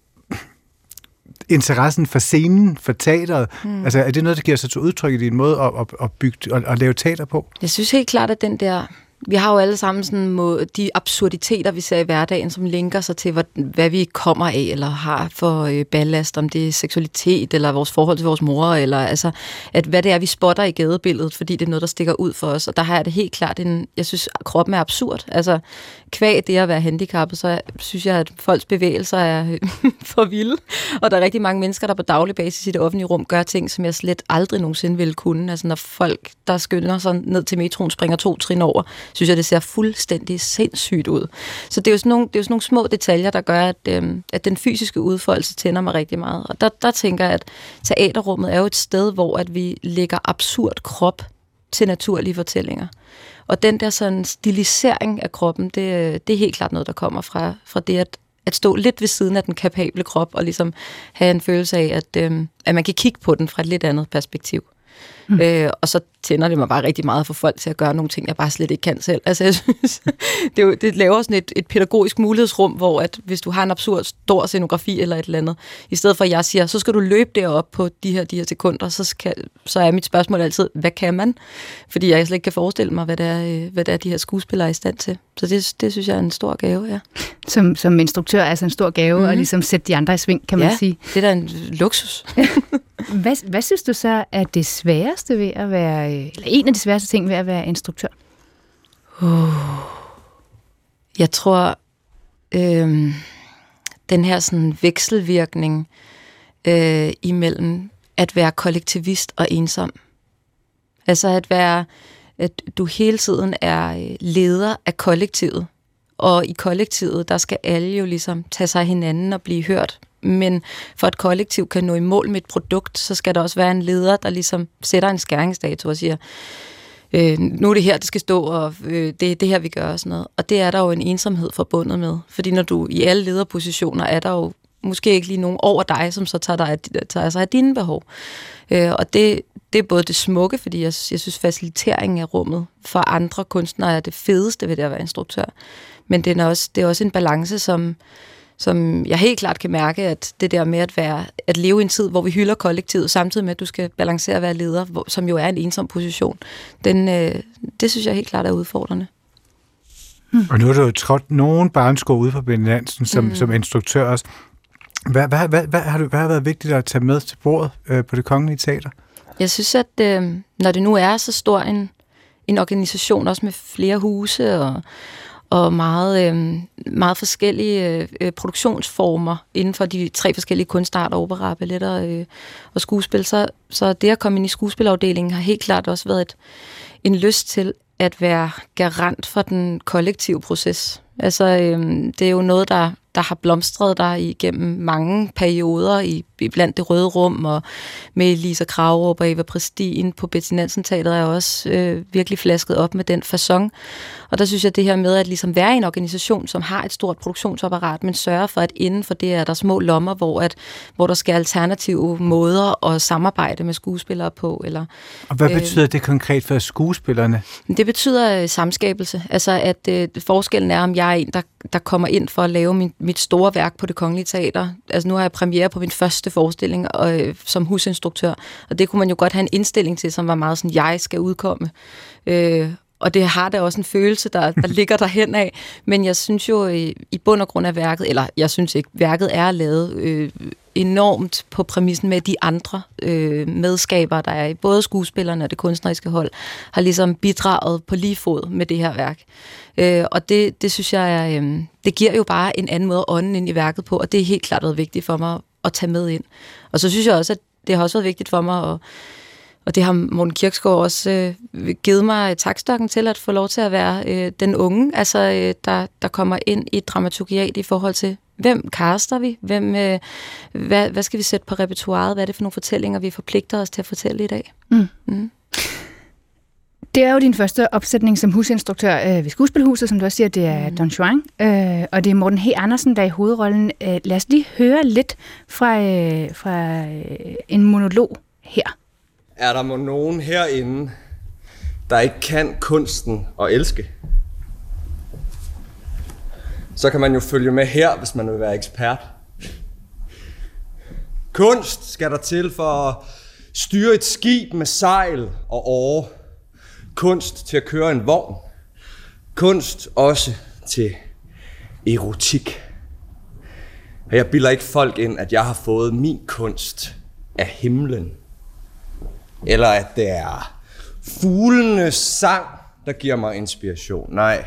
interessen for scenen, for teateret? Altså, er det noget, der giver sig til udtryk i din måde at bygge og lave teater på? Jeg synes helt klart, at den der... Vi har jo alle sammen sådan de absurditeter, vi ser i hverdagen, som linker sig til, hvad vi kommer af, eller har for ballast, om det er seksualitet, eller vores forhold til vores mor, eller altså, at hvad det er, vi spotter i gadebilledet, fordi det er noget, der stikker ud for os. Og der har jeg det helt klart, jeg synes, at kroppen er absurd. Altså, kvæg det at være handicappet, så synes jeg, at folks bevægelser er for vilde. Og der er rigtig mange mennesker, der på daglig basis i det offentlige rum gør ting, som jeg slet aldrig nogensinde ville kunne. Altså, når folk, der skynder sig ned til metroen, springer 2 trin over, synes jeg, det ser fuldstændig sindssygt ud. Så det er jo sådan nogle små detaljer, der gør, at den fysiske udfoldelse tænder mig rigtig meget. Og der tænker jeg, at teaterrummet er jo et sted, hvor at vi lægger absurd krop til naturlige fortællinger. Og den der sådan stilisering af kroppen, det er helt klart noget, der kommer fra det at stå lidt ved siden af den kapable krop, og ligesom have en følelse af, at man kan kigge på den fra et lidt andet perspektiv. Og så tænder det mig bare rigtig meget for folk til at gøre nogle ting, jeg bare slet ikke kan selv. Altså, jeg synes, det laver sådan et pædagogisk mulighedsrum, hvor at hvis du har en absurd stor scenografi eller et eller andet, i stedet for at jeg siger, så skal du løbe derop på de her sekunder, så er mit spørgsmål altid, hvad kan man? Fordi jeg slet ikke kan forestille mig, hvad det er de her skuespillere er i stand til. Så det synes jeg er en stor gave, ja. Som instruktør er altså en stor gave, at ligesom sætte de andre i sving, kan man sige. Det er da en luksus. Hvad synes du så er det sværeste ved at være, eller en af de sværeste ting ved at være instruktør? Jeg tror, den her sådan vekselvirkning imellem at være kollektivist og ensom. Altså at du hele tiden er leder af kollektivet, og i kollektivet, der skal alle jo ligesom tage sig hinanden og blive hørt. Men for at kollektiv kan nå i mål med et produkt, så skal der også være en leder, der ligesom sætter en skæringsdato og siger, nu er det her, det skal stå, og det er det her, vi gør og sådan noget. Og det er der jo en ensomhed forbundet med. Fordi når du i alle lederpositioner, er der jo måske ikke lige nogen over dig, som så tager sig af dine behov. Og det er både det smukke, fordi jeg synes, faciliteringen af rummet for andre kunstnere er det fedeste ved det at være instruktør. Men det er også en balance, som jeg helt klart kan mærke, at det der med at leve i en tid, hvor vi hylder kollektivet, samtidig med, at du skal balancere at være leder, som jo er en ensom position, det synes jeg helt klart er udfordrende. Og nu har du jo trådt nogen barneskole ude på Benny Hansen som instruktør også. Hvad har været vigtigt at tage med til bordet på Det Kongelige Teater? Jeg synes, at når det nu er så stor en organisation, også med flere huse og meget forskellige produktionsformer inden for de 3 forskellige kunstarter, opera, balletter og skuespil, så det at komme ind i skuespilafdelingen har helt klart også været en lyst til at være garant for den kollektive proces. Altså, det er jo noget, der har blomstret der igennem mange perioder blandt Det Røde Rum, og med Lisa Kragerup og Eva Prestin på Betty Nansen Teatret er også virkelig flasket op med den facon. Og der synes jeg, det her med at ligesom være i en organisation, som har et stort produktionsapparat, men sørger for, at inden for det er der små lommer, hvor der skal alternative måder at samarbejde med skuespillere på. Eller, og hvad betyder det konkret for skuespillerne? Det betyder samskabelse. Altså, at forskellen er, om jeg er en, der kommer ind for at lave mit store værk på Det Kongelige Teater. Altså nu har jeg premiere på min første forestilling som husinstruktør, og det kunne man jo godt have en indstilling til, som var meget sådan, jeg skal udkomme. Og det har da også en følelse, der ligger derhen af. Men jeg synes jo i bund og grund af værket, eller jeg synes ikke, værket er lavet enormt på præmissen med de andre medskabere, der er i både skuespillerne og det kunstneriske hold, har ligesom bidraget på lige fod med det her værk. Og det synes jeg, det giver jo bare en anden måde at ånde ind i værket på, og det er helt klart været vigtigt for mig at tage med ind. Og så synes jeg også, at det har også været vigtigt for mig og det har Morten Kirkskov også givet mig takstokken til at få lov til at være den unge, altså der kommer ind i dramaturgiat i forhold til, hvem caster vi? Hvad skal vi sætte på repertoiret? Hvad er det for nogle fortællinger, vi forpligter os til at fortælle i dag? Det er jo din første opsætning som husinstruktør ved Skuespilhuset, som du også siger, det er Don Juan, og det er Morten H. Andersen, der er i hovedrollen. Lad os lige høre lidt fra en monolog her. Er der nogen herinde, der ikke kan kunsten at elske? Så kan man jo følge med her, hvis man vil være ekspert. Kunst skal der til for at styre et skib med sejl og åre. Kunst til at køre en vogn. Kunst også til erotik. Og jeg bilder ikke folk ind, at jeg har fået min kunst af himlen. Eller at det er fuglenes sang, der giver mig inspiration. Nej.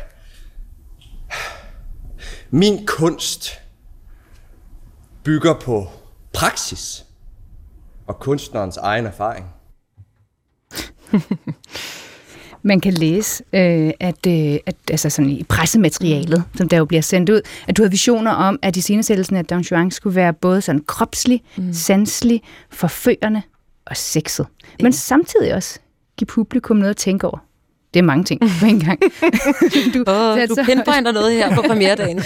Min kunst bygger på praksis og kunstnerens egen erfaring. Man kan læse, at altså sådan i pressematerialet, som der jo bliver sendt ud, at du har visioner om, at iscenesættelsen af Don Juan skulle være både sådan kropslig, sanselig, forførende og sexet. Men samtidig også give publikum noget at tænke over. Det er mange ting på en gang. Du pinpointer noget her på premieredagen.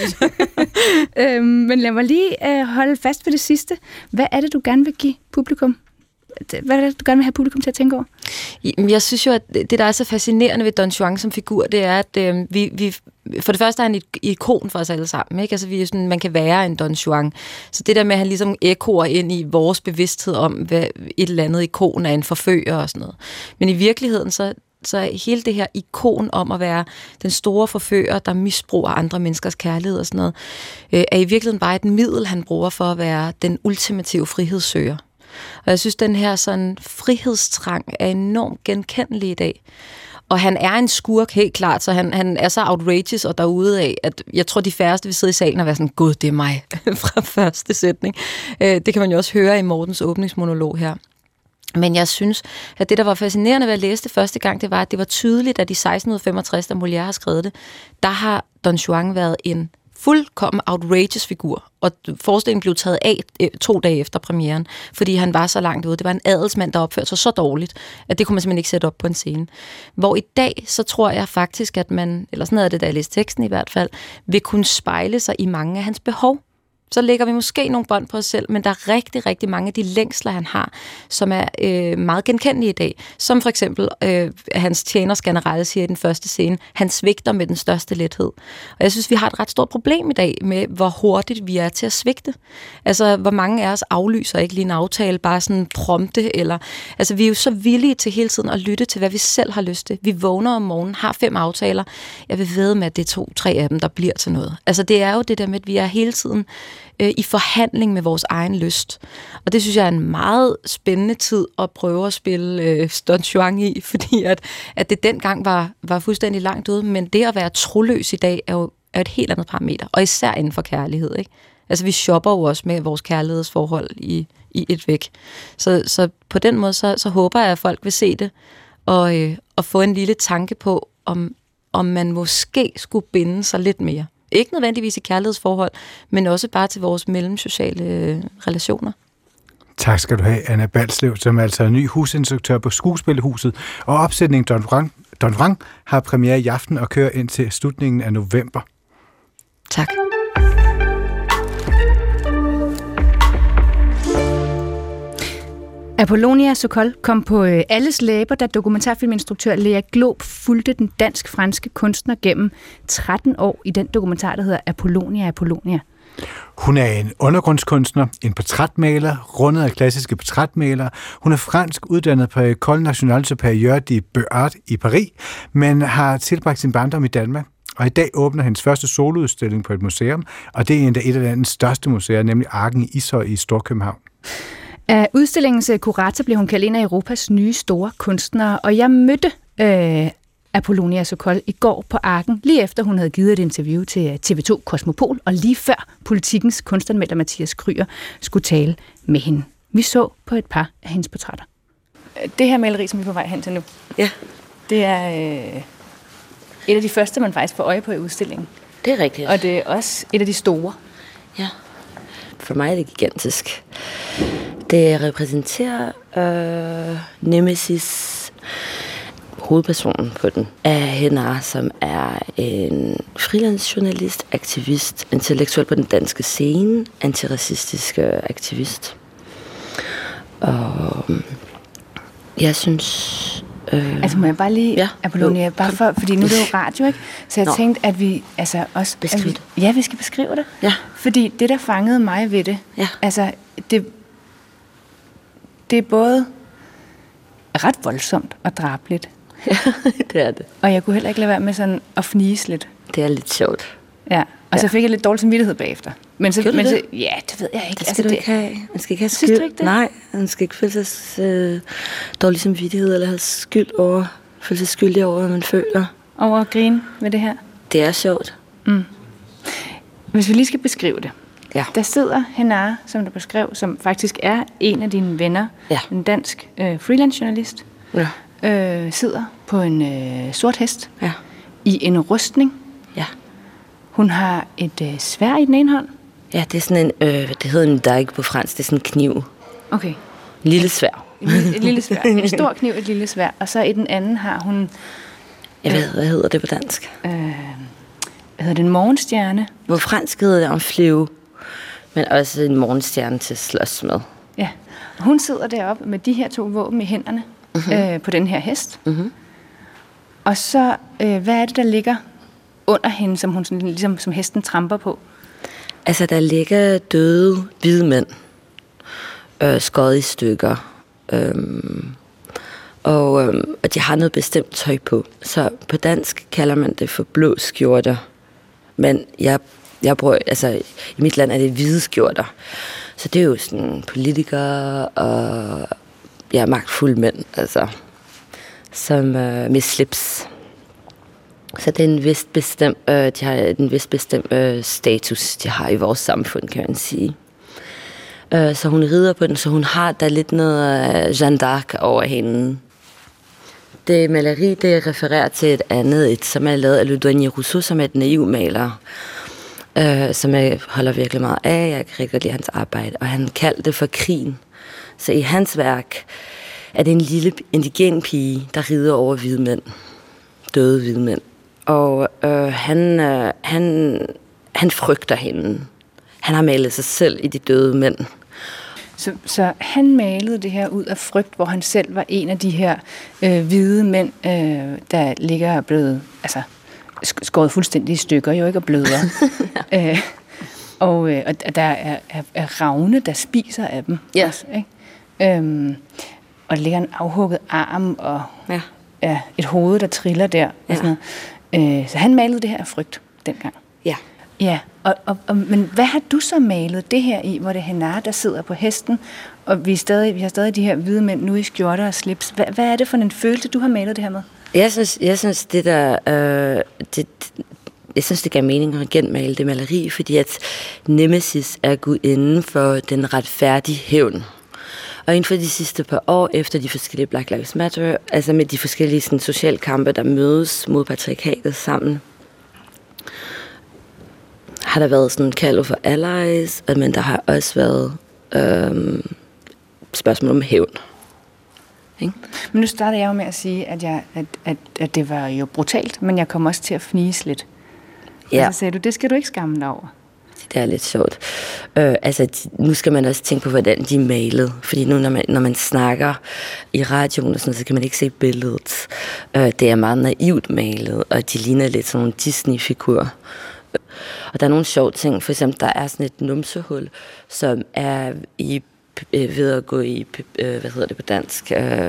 Men lad mig lige holde fast ved det sidste. Hvad er det, du gerne vil give publikum? Hvad er det, du gerne vil have publikum til at tænke over? Jeg synes jo, at det, der er så fascinerende ved Don Juan som figur, det er, at vi for det første er han et ikon for os alle sammen. Ikke? Altså, vi er sådan, man kan være en Don Juan. Så det der med, at han ligesom ekkoer ind i vores bevidsthed om, hvad et eller andet ikon er en forfører og sådan noget. Men i virkeligheden, så hele det her ikon om at være den store forfører, der misbruger andre menneskers kærlighed og sådan noget, er i virkeligheden bare et middel, han bruger for at være den ultimative frihedssøger. Og jeg synes, den her sådan frihedstrang er enormt genkendelig i dag. Og han er en skurk, helt klart, så han er så outrageous og derude af, at jeg tror, de færreste vil sidde i salen og være sådan, gud, det er mig, fra første sætning. Det kan man jo også høre i Mortens åbningsmonolog her. Men jeg synes, at det, der var fascinerende ved at læse det første gang, det var, at det var tydeligt, at i 1665, da Molière har skrevet det, der har Don Juan været en fuldkommen outrageous figur, og forestillingen blev taget af 2 dage efter premieren, fordi han var så langt ude. Det var en adelsmand, der opførte sig så dårligt, at det kunne man simpelthen ikke sætte op på en scene. Hvor i dag, så tror jeg faktisk, at man, eller sådan er det, da jeg læste teksten i hvert fald, vil kunne spejle sig i mange af hans behov. Så lægger vi måske nogle bånd på os selv, men der er rigtig, rigtig mange af de længsler, han har, som er meget genkendelige i dag. Som for eksempel hans tjeners generelle siger i den første scene, han svigter med den største lethed. Og jeg synes, vi har et ret stort problem i dag med, hvor hurtigt vi er til at svigte. Altså, hvor mange af os aflyser ikke lige en aftale, bare sådan prompte, eller... Altså, vi er jo så villige til hele tiden at lytte til, hvad vi selv har lyst til. Vi vågner om morgenen, har 5 aftaler. Jeg vil ved med, at det er 2-3 af dem, der bliver til noget. Altså, det er jo det der med, at vi er hele tiden i forhandling med vores egen lyst. Og det synes jeg er en meget spændende tid at prøve at spille Don Juan i, fordi at det dengang var fuldstændig langt ude, men det at være troløs i dag er jo et helt andet parameter, og især inden for kærlighed, ikke? Altså vi shopper jo også med vores kærlighedsforhold i et væk. Så på den måde, så håber jeg, at folk vil se det, og få en lille tanke på, om man måske skulle binde sig lidt mere. Ikke nødvendigvis i kærlighedsforhold, men også bare til vores mellemsociale relationer. Tak skal du have, Anna Balslev, som er altså ny husinstruktør på Skuespilhuset. Og opsætningen Don Juan har premiere i aften og kører indtil slutningen af november. Tak. Apollonia Sokol kom på alles læber, da dokumentarfilminstruktør Lea Glob fulgte den dansk-franske kunstner gennem 13 år i den dokumentar, der hedder Apollonia. Hun er en undergrundskunstner, en portrætmaler, rundet af klassiske portrætmalere. Hun er fransk, uddannet på École Nationale Supérieure de Beaux-Arts i Paris, men har tilbragt sin barndom i Danmark. Og i dag åbner hendes første soloudstilling på et museum, og det er endda et af landets største museer, nemlig Arken i Ishøj i Storkøbenhavn. Af udstillingens kurator blev hun kaldt en af Europas nye store kunstnere, og jeg mødte Apollonia Sokol i går på Arken, lige efter hun havde givet et interview til TV2 Kosmopol, og lige før Politikens kunstanmelder Mathias Kryer skulle tale med hende. Vi så på et par af hendes portrætter. Det her maleri, som vi er på vej hen til nu, Ja. Det er et af de første, man faktisk får øje på i udstillingen. Det er rigtigt. Og det er også et af de store. Ja. For mig er det gigantisk. Det repræsenterer Nemesis, hovedpersonen på den, er Henar, som er en freelance-journalist, aktivist, intellektuel på den danske scene, antiracistisk aktivist. Og jeg synes... Altså må jeg bare lige, Apollonia, bare fordi nu er det jo radio, ikke? Så jeg tænkte, at vi også... Beskrive det. Ja, vi skal beskrive det. Ja. Fordi det, der fangede mig ved det, altså, det er både ret voldsomt og drabeligt. Ja, det er det. Og jeg kunne heller ikke lade være med sådan at fnise lidt. Det er lidt sjovt. Ja, og så fik jeg lidt dårlig samvittighed bagefter. Men så, ja, det ved jeg ikke. Det skal du ikke have. Man skal ikke have skyld. Ikke det? Nej, man skal ikke føle sig dårlig samvittighed, eller have føle sig skyldig over, hvad man føler. Over at grine med det her? Det er sjovt. Mm. Hvis vi lige skal beskrive det. Ja. Der sidder Henar, som du beskrev, som faktisk er en af dine venner, en dansk freelance-journalist, sidder på en sort hest i en rustning. Ja. Hun har et sværd i den ene hånd. Ja, det er sådan en, det hedder en dague på fransk, det er sådan en kniv. Okay. En lille sværd. Et lille sværd. En stor kniv, et lille sværd. Og så i den anden har hun... Hvad hedder det på dansk? Hedder det en morgenstjerne? På fransk hedder det en flyve, men også en morgenstjerne til at slås med. Ja, og hun sidder deroppe med de her 2 våben i hænderne på den her hest. Mm-hmm. Og så, hvad er det, der ligger under hende, som hun sådan, ligesom, som hesten tramper på? Altså, der ligger døde hvide mænd, skåret i stykker, og de har noget bestemt tøj på. Så på dansk kalder man det for blå skjorter, men jeg bruger, altså i mit land er det hvide skjorter. Så det er jo sådan politikere og magtfulde mænd, altså, som med slips. Så det er en vist bestemt, de har en vist bestemt status, de har i vores samfund, kan man sige. Så hun rider på den, så hun har der lidt noget Jeanne d'Arc over hende. Det maleri, det refererer til et andet, som er lavet af Le Douanier Rousseau, som er et naivmaler, som jeg holder virkelig meget af. Jeg kan rigtig godt lide hans arbejde, og han kaldte det for krigen. Så i hans værk er det en lille indigen pige, der rider over hvide mænd. Døde hvide mænd. Og han frygter hende. Han har malet sig selv i de døde mænd. Så han malede det her ud af frygt, hvor han selv var en af de her hvide mænd, der ligger blevet skåret fuldstændig i stykker, jo ikke, og bløder. Og der er ravne, der spiser af dem. Ja. Også, ikke? Og der ligger en afhugget arm og et hoved, der triller der. Og sådan noget. Så han malede det her af frygt dengang. Ja. Ja, men hvad har du så malet det her i, hvor det er Henar, der sidder på hesten, og vi har stadig de her hvide mænd nu i skjorter og slips. Hvad er det for en følelse, du har malet det her med? Jeg synes det der... Jeg synes, det gav mening at genmale det maleri, fordi at Nemesis er gudinden for den retfærdige hævn. Og inden for de sidste par år, efter de forskellige Black Lives Matter, altså med de forskellige sådan, sociale kampe, der mødes mod patriarkatet sammen, har der været sådan en kald for allies, men der har også været spørgsmål om hævn. Ikke? Men nu starter jeg jo med at sige, at det var jo brutalt, men jeg kom også til at fnise lidt. Ja. Og så sagde du, det skal du ikke skamme dig over. Det er lidt sjovt. Nu skal man også tænke på, hvordan de er malet. Fordi nu, når man snakker i radioen og sådan noget, så kan man ikke se billedet. Det er meget naivt malet, og de ligner lidt sådan nogle Disney-figurer. Og der er nogle sjove ting. For eksempel, der er sådan et numsehul, som er ved at gå i, hvad hedder det på dansk?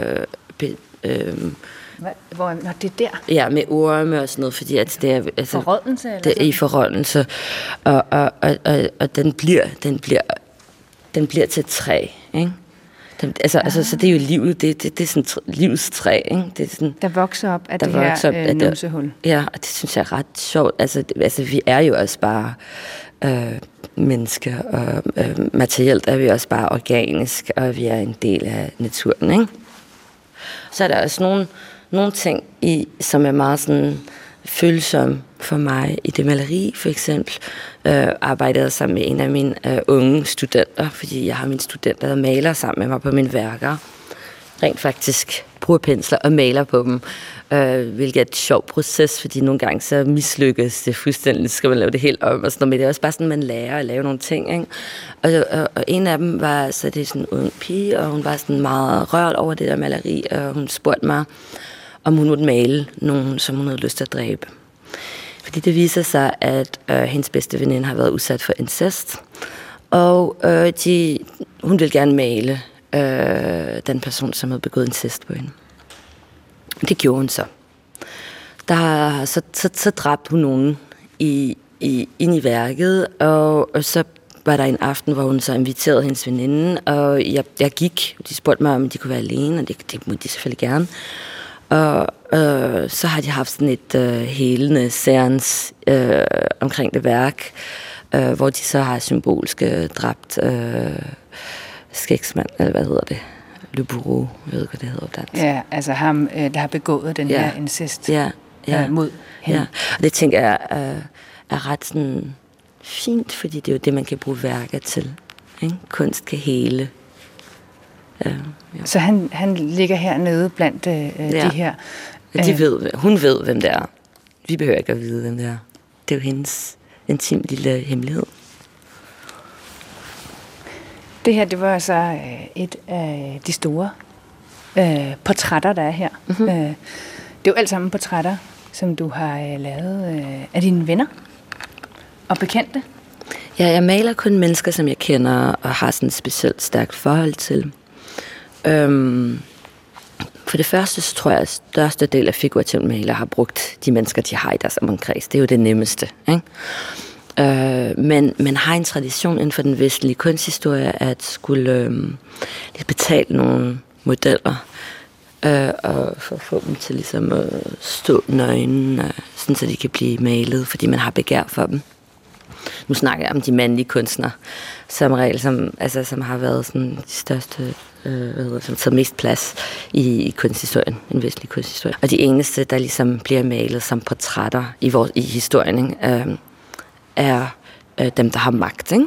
Når det er der? Ja, med orme og sådan noget, fordi at det er... Altså, forrådnelse? Eller det er i forrådnelse. Og den bliver til et træ, ikke? Så det er jo livet, det er sådan livets træ, ikke? Det er sådan, der vokser op af det her numsehul. Ja, og det synes jeg er ret sjovt. Altså vi er jo også bare mennesker, og materielt er vi også bare organisk, og vi er en del af naturen, ikke? Så er der også nogle ting, som er meget sådan følsomme for mig i det maleri, for eksempel. Arbejdede sammen med en af mine unge studenter, fordi jeg har mine studenter, der maler sammen med mig på mine værker. Rent faktisk bruger pensler og maler på dem, hvilket er et sjovt proces, fordi nogle gange så mislykkes det fuldstændig, skal man lave det helt om, og sådan noget, men det er også bare sådan, man lærer at lave nogle ting, ikke? Og en af dem var, så det er sådan en ung pige, og hun var sådan meget rørt over det der maleri, og hun spurgte mig, om hun måtte male nogen, som hun havde lyst til at dræbe. Fordi det viser sig, at hendes bedste veninde har været udsat for incest, og hun ville gerne male den person, som havde begået incest på hende. Det gjorde hun så. Så dræbte hun nogen ind i værket, og så var der en aften, hvor hun så inviterede hendes veninde, og jeg gik. De spurgte mig, om de kunne være alene, og det må de selvfølgelig gerne. Og så har de haft sådan et helende seance omkring det værk, hvor de så har symbolsk dræbt skægsmand, eller hvad hedder det? Le Bourreau, jeg ved, hvad det hedder dansk. Ja, altså ham, der har begået den her incest mod hende. Ja, og det tænker jeg er ret sådan fint, fordi det er jo det, man kan bruge værker til. Ikke? Kunst kan hele. Ja. Så han ligger hernede blandt de her... Hun ved, hvem det er. Vi behøver ikke at vide, hvem det er. Det er jo hendes intim lille hemmelighed. Det her, det var altså et af de store portrætter, der er her. Mm-hmm. Det er jo alt sammen portrætter, som du har lavet af dine venner og bekendte. Ja, jeg maler kun mennesker, som jeg kender og har sådan et specielt stærkt forhold til. For det første, så tror jeg, at største del af figurativt maler har brugt de mennesker, de har i deres omkreds. Det er jo det nemmeste, ikke? Men man har en tradition inden for den vestlige kunsthistorie at skulle betale nogle modeller og for at få dem til ligesom at stå nøgne, sådan så de kan blive malet, fordi man har begær for dem. Nu snakker jeg om de mandlige kunstnere, som regel, som har været sådan de største, som tager mest plads i kunsthistorien, den vestlige kunsthistorie. Og de eneste, der ligesom bliver malet som portrætter i historien, er dem, der har magt, ikke?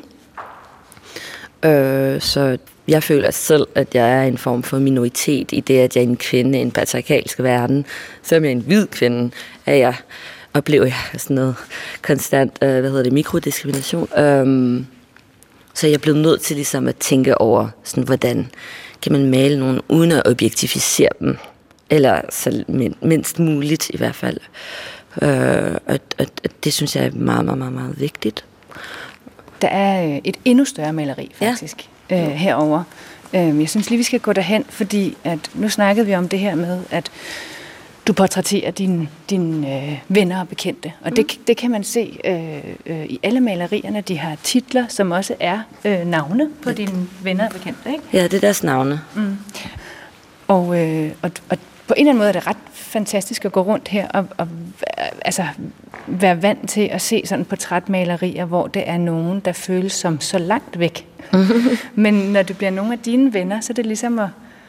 Så jeg føler selv, at jeg er en form for minoritet i det, at jeg er en kvinde i en patriarkalsk verden. Selvom jeg er en hvid kvinde, oplever jeg sådan noget konstant, mikrodiskrimination. Så jeg er blevet nødt til ligesom at tænke over, sådan, hvordan kan man male nogen uden at objektificere dem, eller så mindst muligt i hvert fald. Og det synes jeg er meget, meget, meget, meget vigtigt. Der er et endnu større maleri faktisk herover. Jeg synes lige, vi skal gå derhen, fordi at nu snakkede vi om det her med, at du portrætterer dine venner og bekendte. Og det kan man se i alle malerierne. De har titler, som også er navne på dine venner og bekendte, ikke? Ja, det er deres navne. Mm. Og på en eller anden måde er det ret fantastisk at gå rundt her og altså være vant til at se sådan portrætmalerier, hvor det er nogen, der føles som så langt væk. Men når det bliver nogle af dine venner, så er det ligesom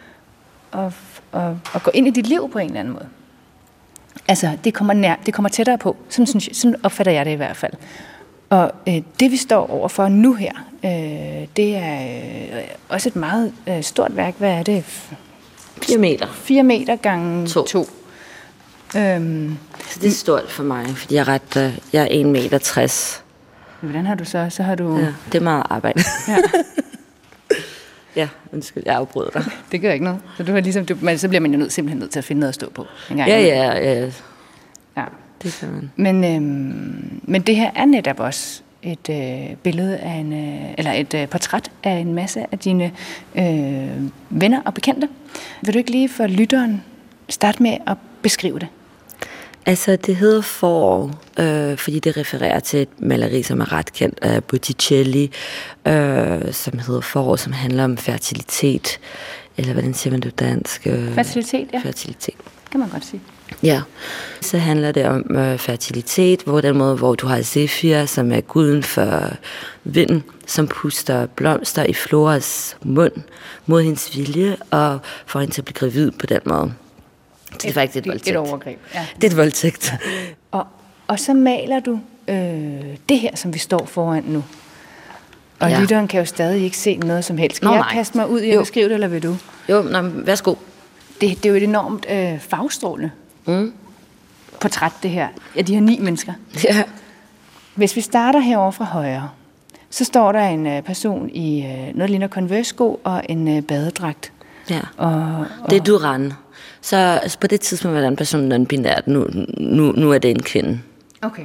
at gå ind i dit liv på en eller anden måde. Altså, det kommer tættere på. Sådan opfatter jeg det i hvert fald. Og det, vi står overfor nu her, det er også et meget stort værk. Hvad er det? 4 meter. 4 meter gange 2. Så det er stort for mig, fordi jeg er 1,60 meter. Hvordan har du så? Så har du... Ja, det er meget arbejde. Ja. Ja, undskyld, jeg afbryder dig. Det gør ikke noget. Så, så bliver man jo simpelthen nødt til at finde noget at stå på. Ja. det kan man. Men det her er netop også et billede af eller et portræt af en masse af dine venner og bekendte. Vil du ikke lige for lytteren starte med at beskrive det? Altså, det hedder Forår, fordi det refererer til et maleri, som er ret kendt af Botticelli, som hedder Forår, som handler om fertilitet. Eller hvordan siger man det på dansk? Fertilitet, ja. Fertilitet. Kan man godt sige. Ja. Så handler det om fertilitet, hvor den måde, hvor du har Zephyr, som er guden for vinden, som puster blomster i Floras mund mod hendes vilje, og får hende til at blive gravid på den måde. Så det er faktisk et voldtægt. Et overgreb, ja. Det er et voldtægt. Ja. Og så maler du det her, som vi står foran nu. Og lytteren kan jo stadig ikke se noget som helst. Skal jeg kaste mig ud i at beskrive det, eller vil du? Jo, værsgo. Det er jo et enormt farvestrålende portræt, det her, af de her 9 mennesker. Ja. Hvis vi starter herovre fra højre, så står der en person i noget, der ligner Converse-sko og en badedragt. Ja, og det er Duran. Så på det tidspunkt var den person non-binært. Nu er det en kvinde. Okay.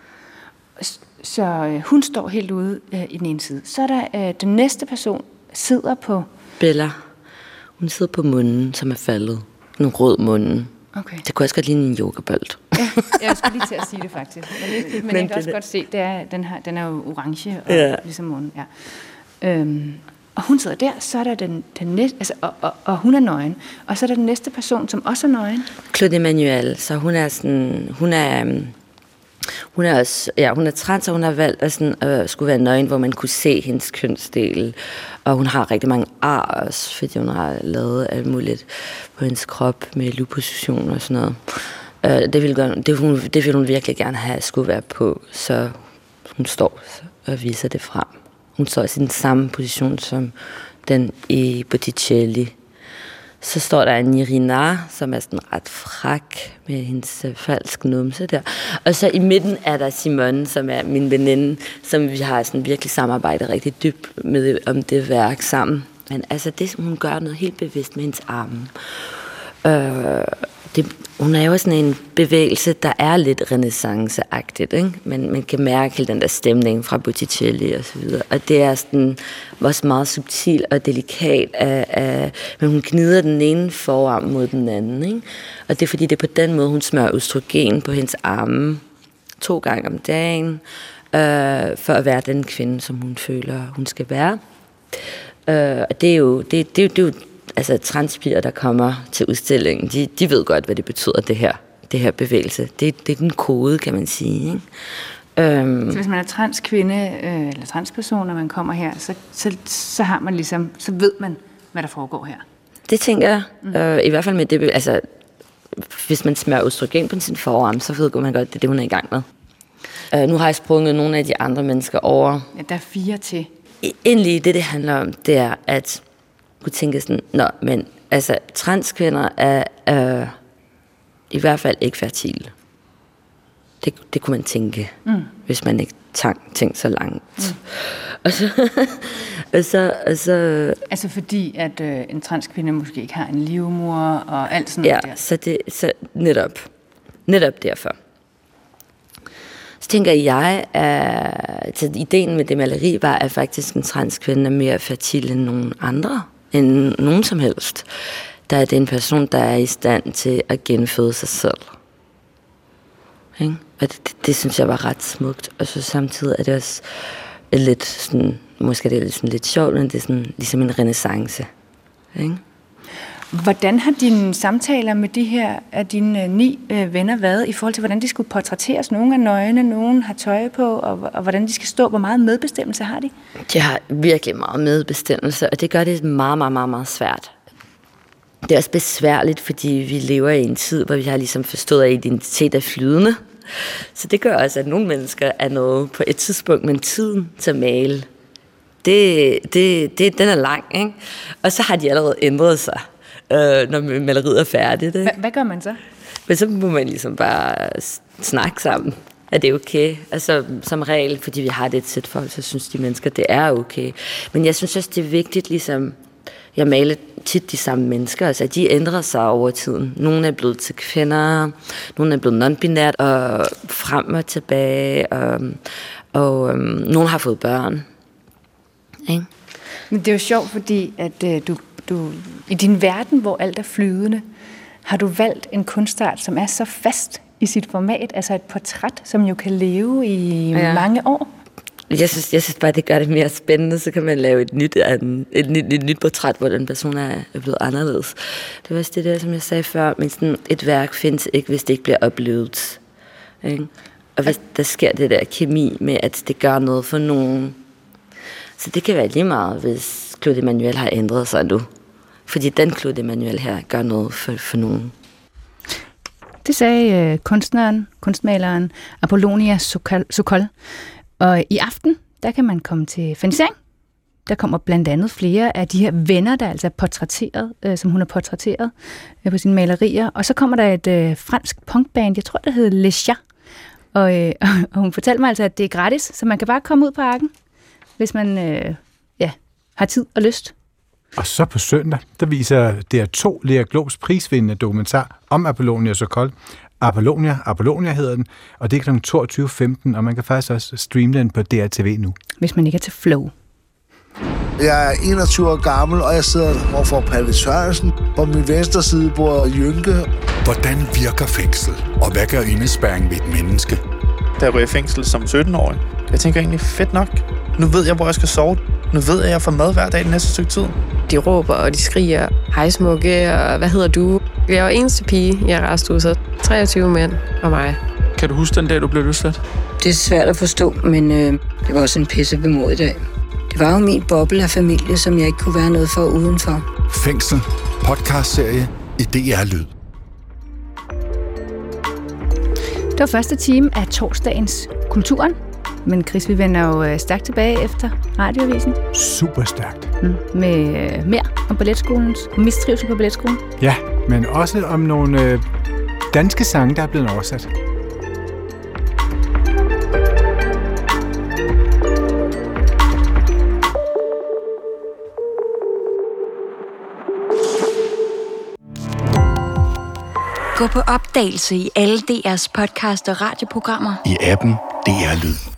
Så hun står helt ude i den ene side. Så er der den næste person sidder på... Bella. Hun sidder på munden, som er faldet. En rød munden. Okay. Det kunne også godt ligne en yogabold. Ja, jeg skulle lige til at sige det faktisk. Men jeg kan også godt se, at den er jo orange, og ligesom munden. Ja. Og hun sidder der, så er der den næste, altså, og hun er nøgen. Og så er der den næste person, som også er nøgen. Claude Emmanuel, så hun er sådan, hun er også, hun er trans, og hun har valgt at skulle være nøgen, hvor man kunne se hendes kønsdel. Og hun har rigtig mange ar også, fordi hun har lavet alt muligt på hendes krop med liposuction og sådan noget. Det vil hun virkelig gerne have, skulle være på, så hun står og viser det frem. Hun står i den samme position som den i Botticelli. Så står der en Irina, som er sådan ret frak med hendes falsk numse der. Og så i midten er der Simone, som er min veninde, som vi har sådan virkelig samarbejdet rigtig dybt med om det værk sammen. Men altså det, hun gør noget helt bevidst med hendes arme. Hun er jo sådan en bevægelse, der er lidt renaissanceagtigt, ikke? Men man kan mærke hele den der stemning fra Botticelli og så videre. Og det er sådan også meget subtil og delikat, men hun gnider den ene forarm mod den anden, ikke? Og det er fordi, det er på den måde, hun smører østrogen på hendes arme 2 gange om dagen, for at være den kvinde, som hun føler, hun skal være. Og det er jo altså transpiger, der kommer til udstillingen, de ved godt, hvad det betyder, det her bevægelse. Det er den kode, kan man sige. Ikke? Så hvis man er transkvinde eller transperson, når man kommer her, så har man ligesom, så ved man, hvad der foregår her. Det tænker jeg. I hvert fald med det, altså hvis man smører østrogen på sin forarm, så ved man godt, det er det, hun er i gang med. Nu har jeg sprunget nogle af de andre mennesker over. Ja, der er 4 til. Egentlig det handler om, det er, at kunne tænke sådan, men altså transkvinder er i hvert fald ikke fertile. Det kunne man tænke, hvis man ikke tænkte så langt. Og så altså fordi, at en transkvinde måske ikke har en livmor og alt sådan noget der. Så netop derfor. Så tænker jeg, at ideen med det maleri var, at faktisk en transkvinde er mere fertil end nogen andre, end nogen som helst. Der er det en person, der er i stand til at genføde sig selv. Ikke? Og det synes jeg var ret smukt. Og så samtidig er det også lidt sådan, måske det er sådan lidt sjovt, men det er sådan ligesom en renaissance. Ikke? Hvordan har dine samtaler med de her af dine 9 venner været i forhold til, hvordan de skulle portrætteres? Nogle er nøgne, nogle har tøj på, og hvordan de skal stå? Hvor meget medbestemmelse har de? De har virkelig meget medbestemmelse, og det gør det meget, meget, meget, meget svært. Det er også besværligt, fordi vi lever i en tid, hvor vi har ligesom forstået, at identitet er flydende. Så det gør også, at nogle mennesker er noget på et tidspunkt, men tiden til at male, den er lang, ikke? Og så har de allerede ændret sig, når maleriet er færdigt. Ikke? Hvad gør man så? Men så må man ligesom bare snakke sammen. Er det okay? Altså som regel, fordi vi har det et sæt folk, så synes de mennesker, det er okay. Men jeg synes også, det er vigtigt, ligesom jeg malede tit de samme mennesker. Altså, de ændrer sig over tiden. Nogle er blevet til kvinder, nogle er blevet non-binært, og frem og tilbage, og nogle har fået børn. Ikke? Men det er jo sjovt, fordi at du i din verden, hvor alt er flydende, har du valgt en kunstart, som er så fast i sit format, altså et portræt, som jo kan leve i mange år. Jeg synes bare, det gør det mere spændende, så kan man lave et nyt portræt, hvor den person er blevet anderledes. Det var også det der, som jeg sagde før, men sådan et værk findes ikke, hvis det ikke bliver oplevet. Ikke? Og hvis der sker det der kemi med, at det gør noget for nogen. Så det kan være lige meget, hvis Claude Emmanuel har ændret sig nu. Fordi den Claude Emmanuel her gør noget for nogen. Det sagde kunstmaleren Apollonia Sokol. Og i aften, der kan man komme til fernisering. Der kommer blandt andet flere af de her venner, der altså er portrætteret, som hun har portrætteret på sine malerier. Og så kommer der et fransk punkband, jeg tror, det hedder Le Chat. Og hun fortalte mig altså, at det er gratis, så man kan bare komme ud på Arken, hvis man har tid og lyst. Og så på søndag, der viser DR2 Lea Globs prisvindende dokumentar om Apollonia Sokol. Apollonia hedder den, og det er kl. 22.15, og man kan faktisk også streame den på DRTV nu. Hvis man ikke er til Flow. Jeg er 21 år gammel, og jeg sidder overfor Palle Sørensen. På min venstre side bor Jynke. Hvordan virker fængsel, og hvad gør indespærring ved et menneske? Da jeg ryger i fængsel som 17-årig, jeg tænker egentlig, fedt nok. Nu ved jeg, hvor jeg skal sove. Nu ved jeg, at jeg får mad hver dag det næste stykke tid. De råber, og de skriger, hej smukke, og hvad hedder du? Jeg var eneste pige i arresthuset. 23 mænd og mig. Kan du huske den dag, du blev løsladt? Det er svært at forstå, men det var også en pisse bemodig dag. Det var jo min boble af familie, som jeg ikke kunne være noget for udenfor. Fængsel. Podcastserie i DR Lyd. Det var første time af torsdagens Kulturen. Men Chris, vi vender jo stærkt tilbage efter radioavisen. Super stærkt. Med mere om balletskolen, mistrivsel på balletskolen. Ja, men også om nogle danske sange, der er blevet oversat. Gå på opdagelse i alle DR's podcast og radioprogrammer. I appen DR Lyd.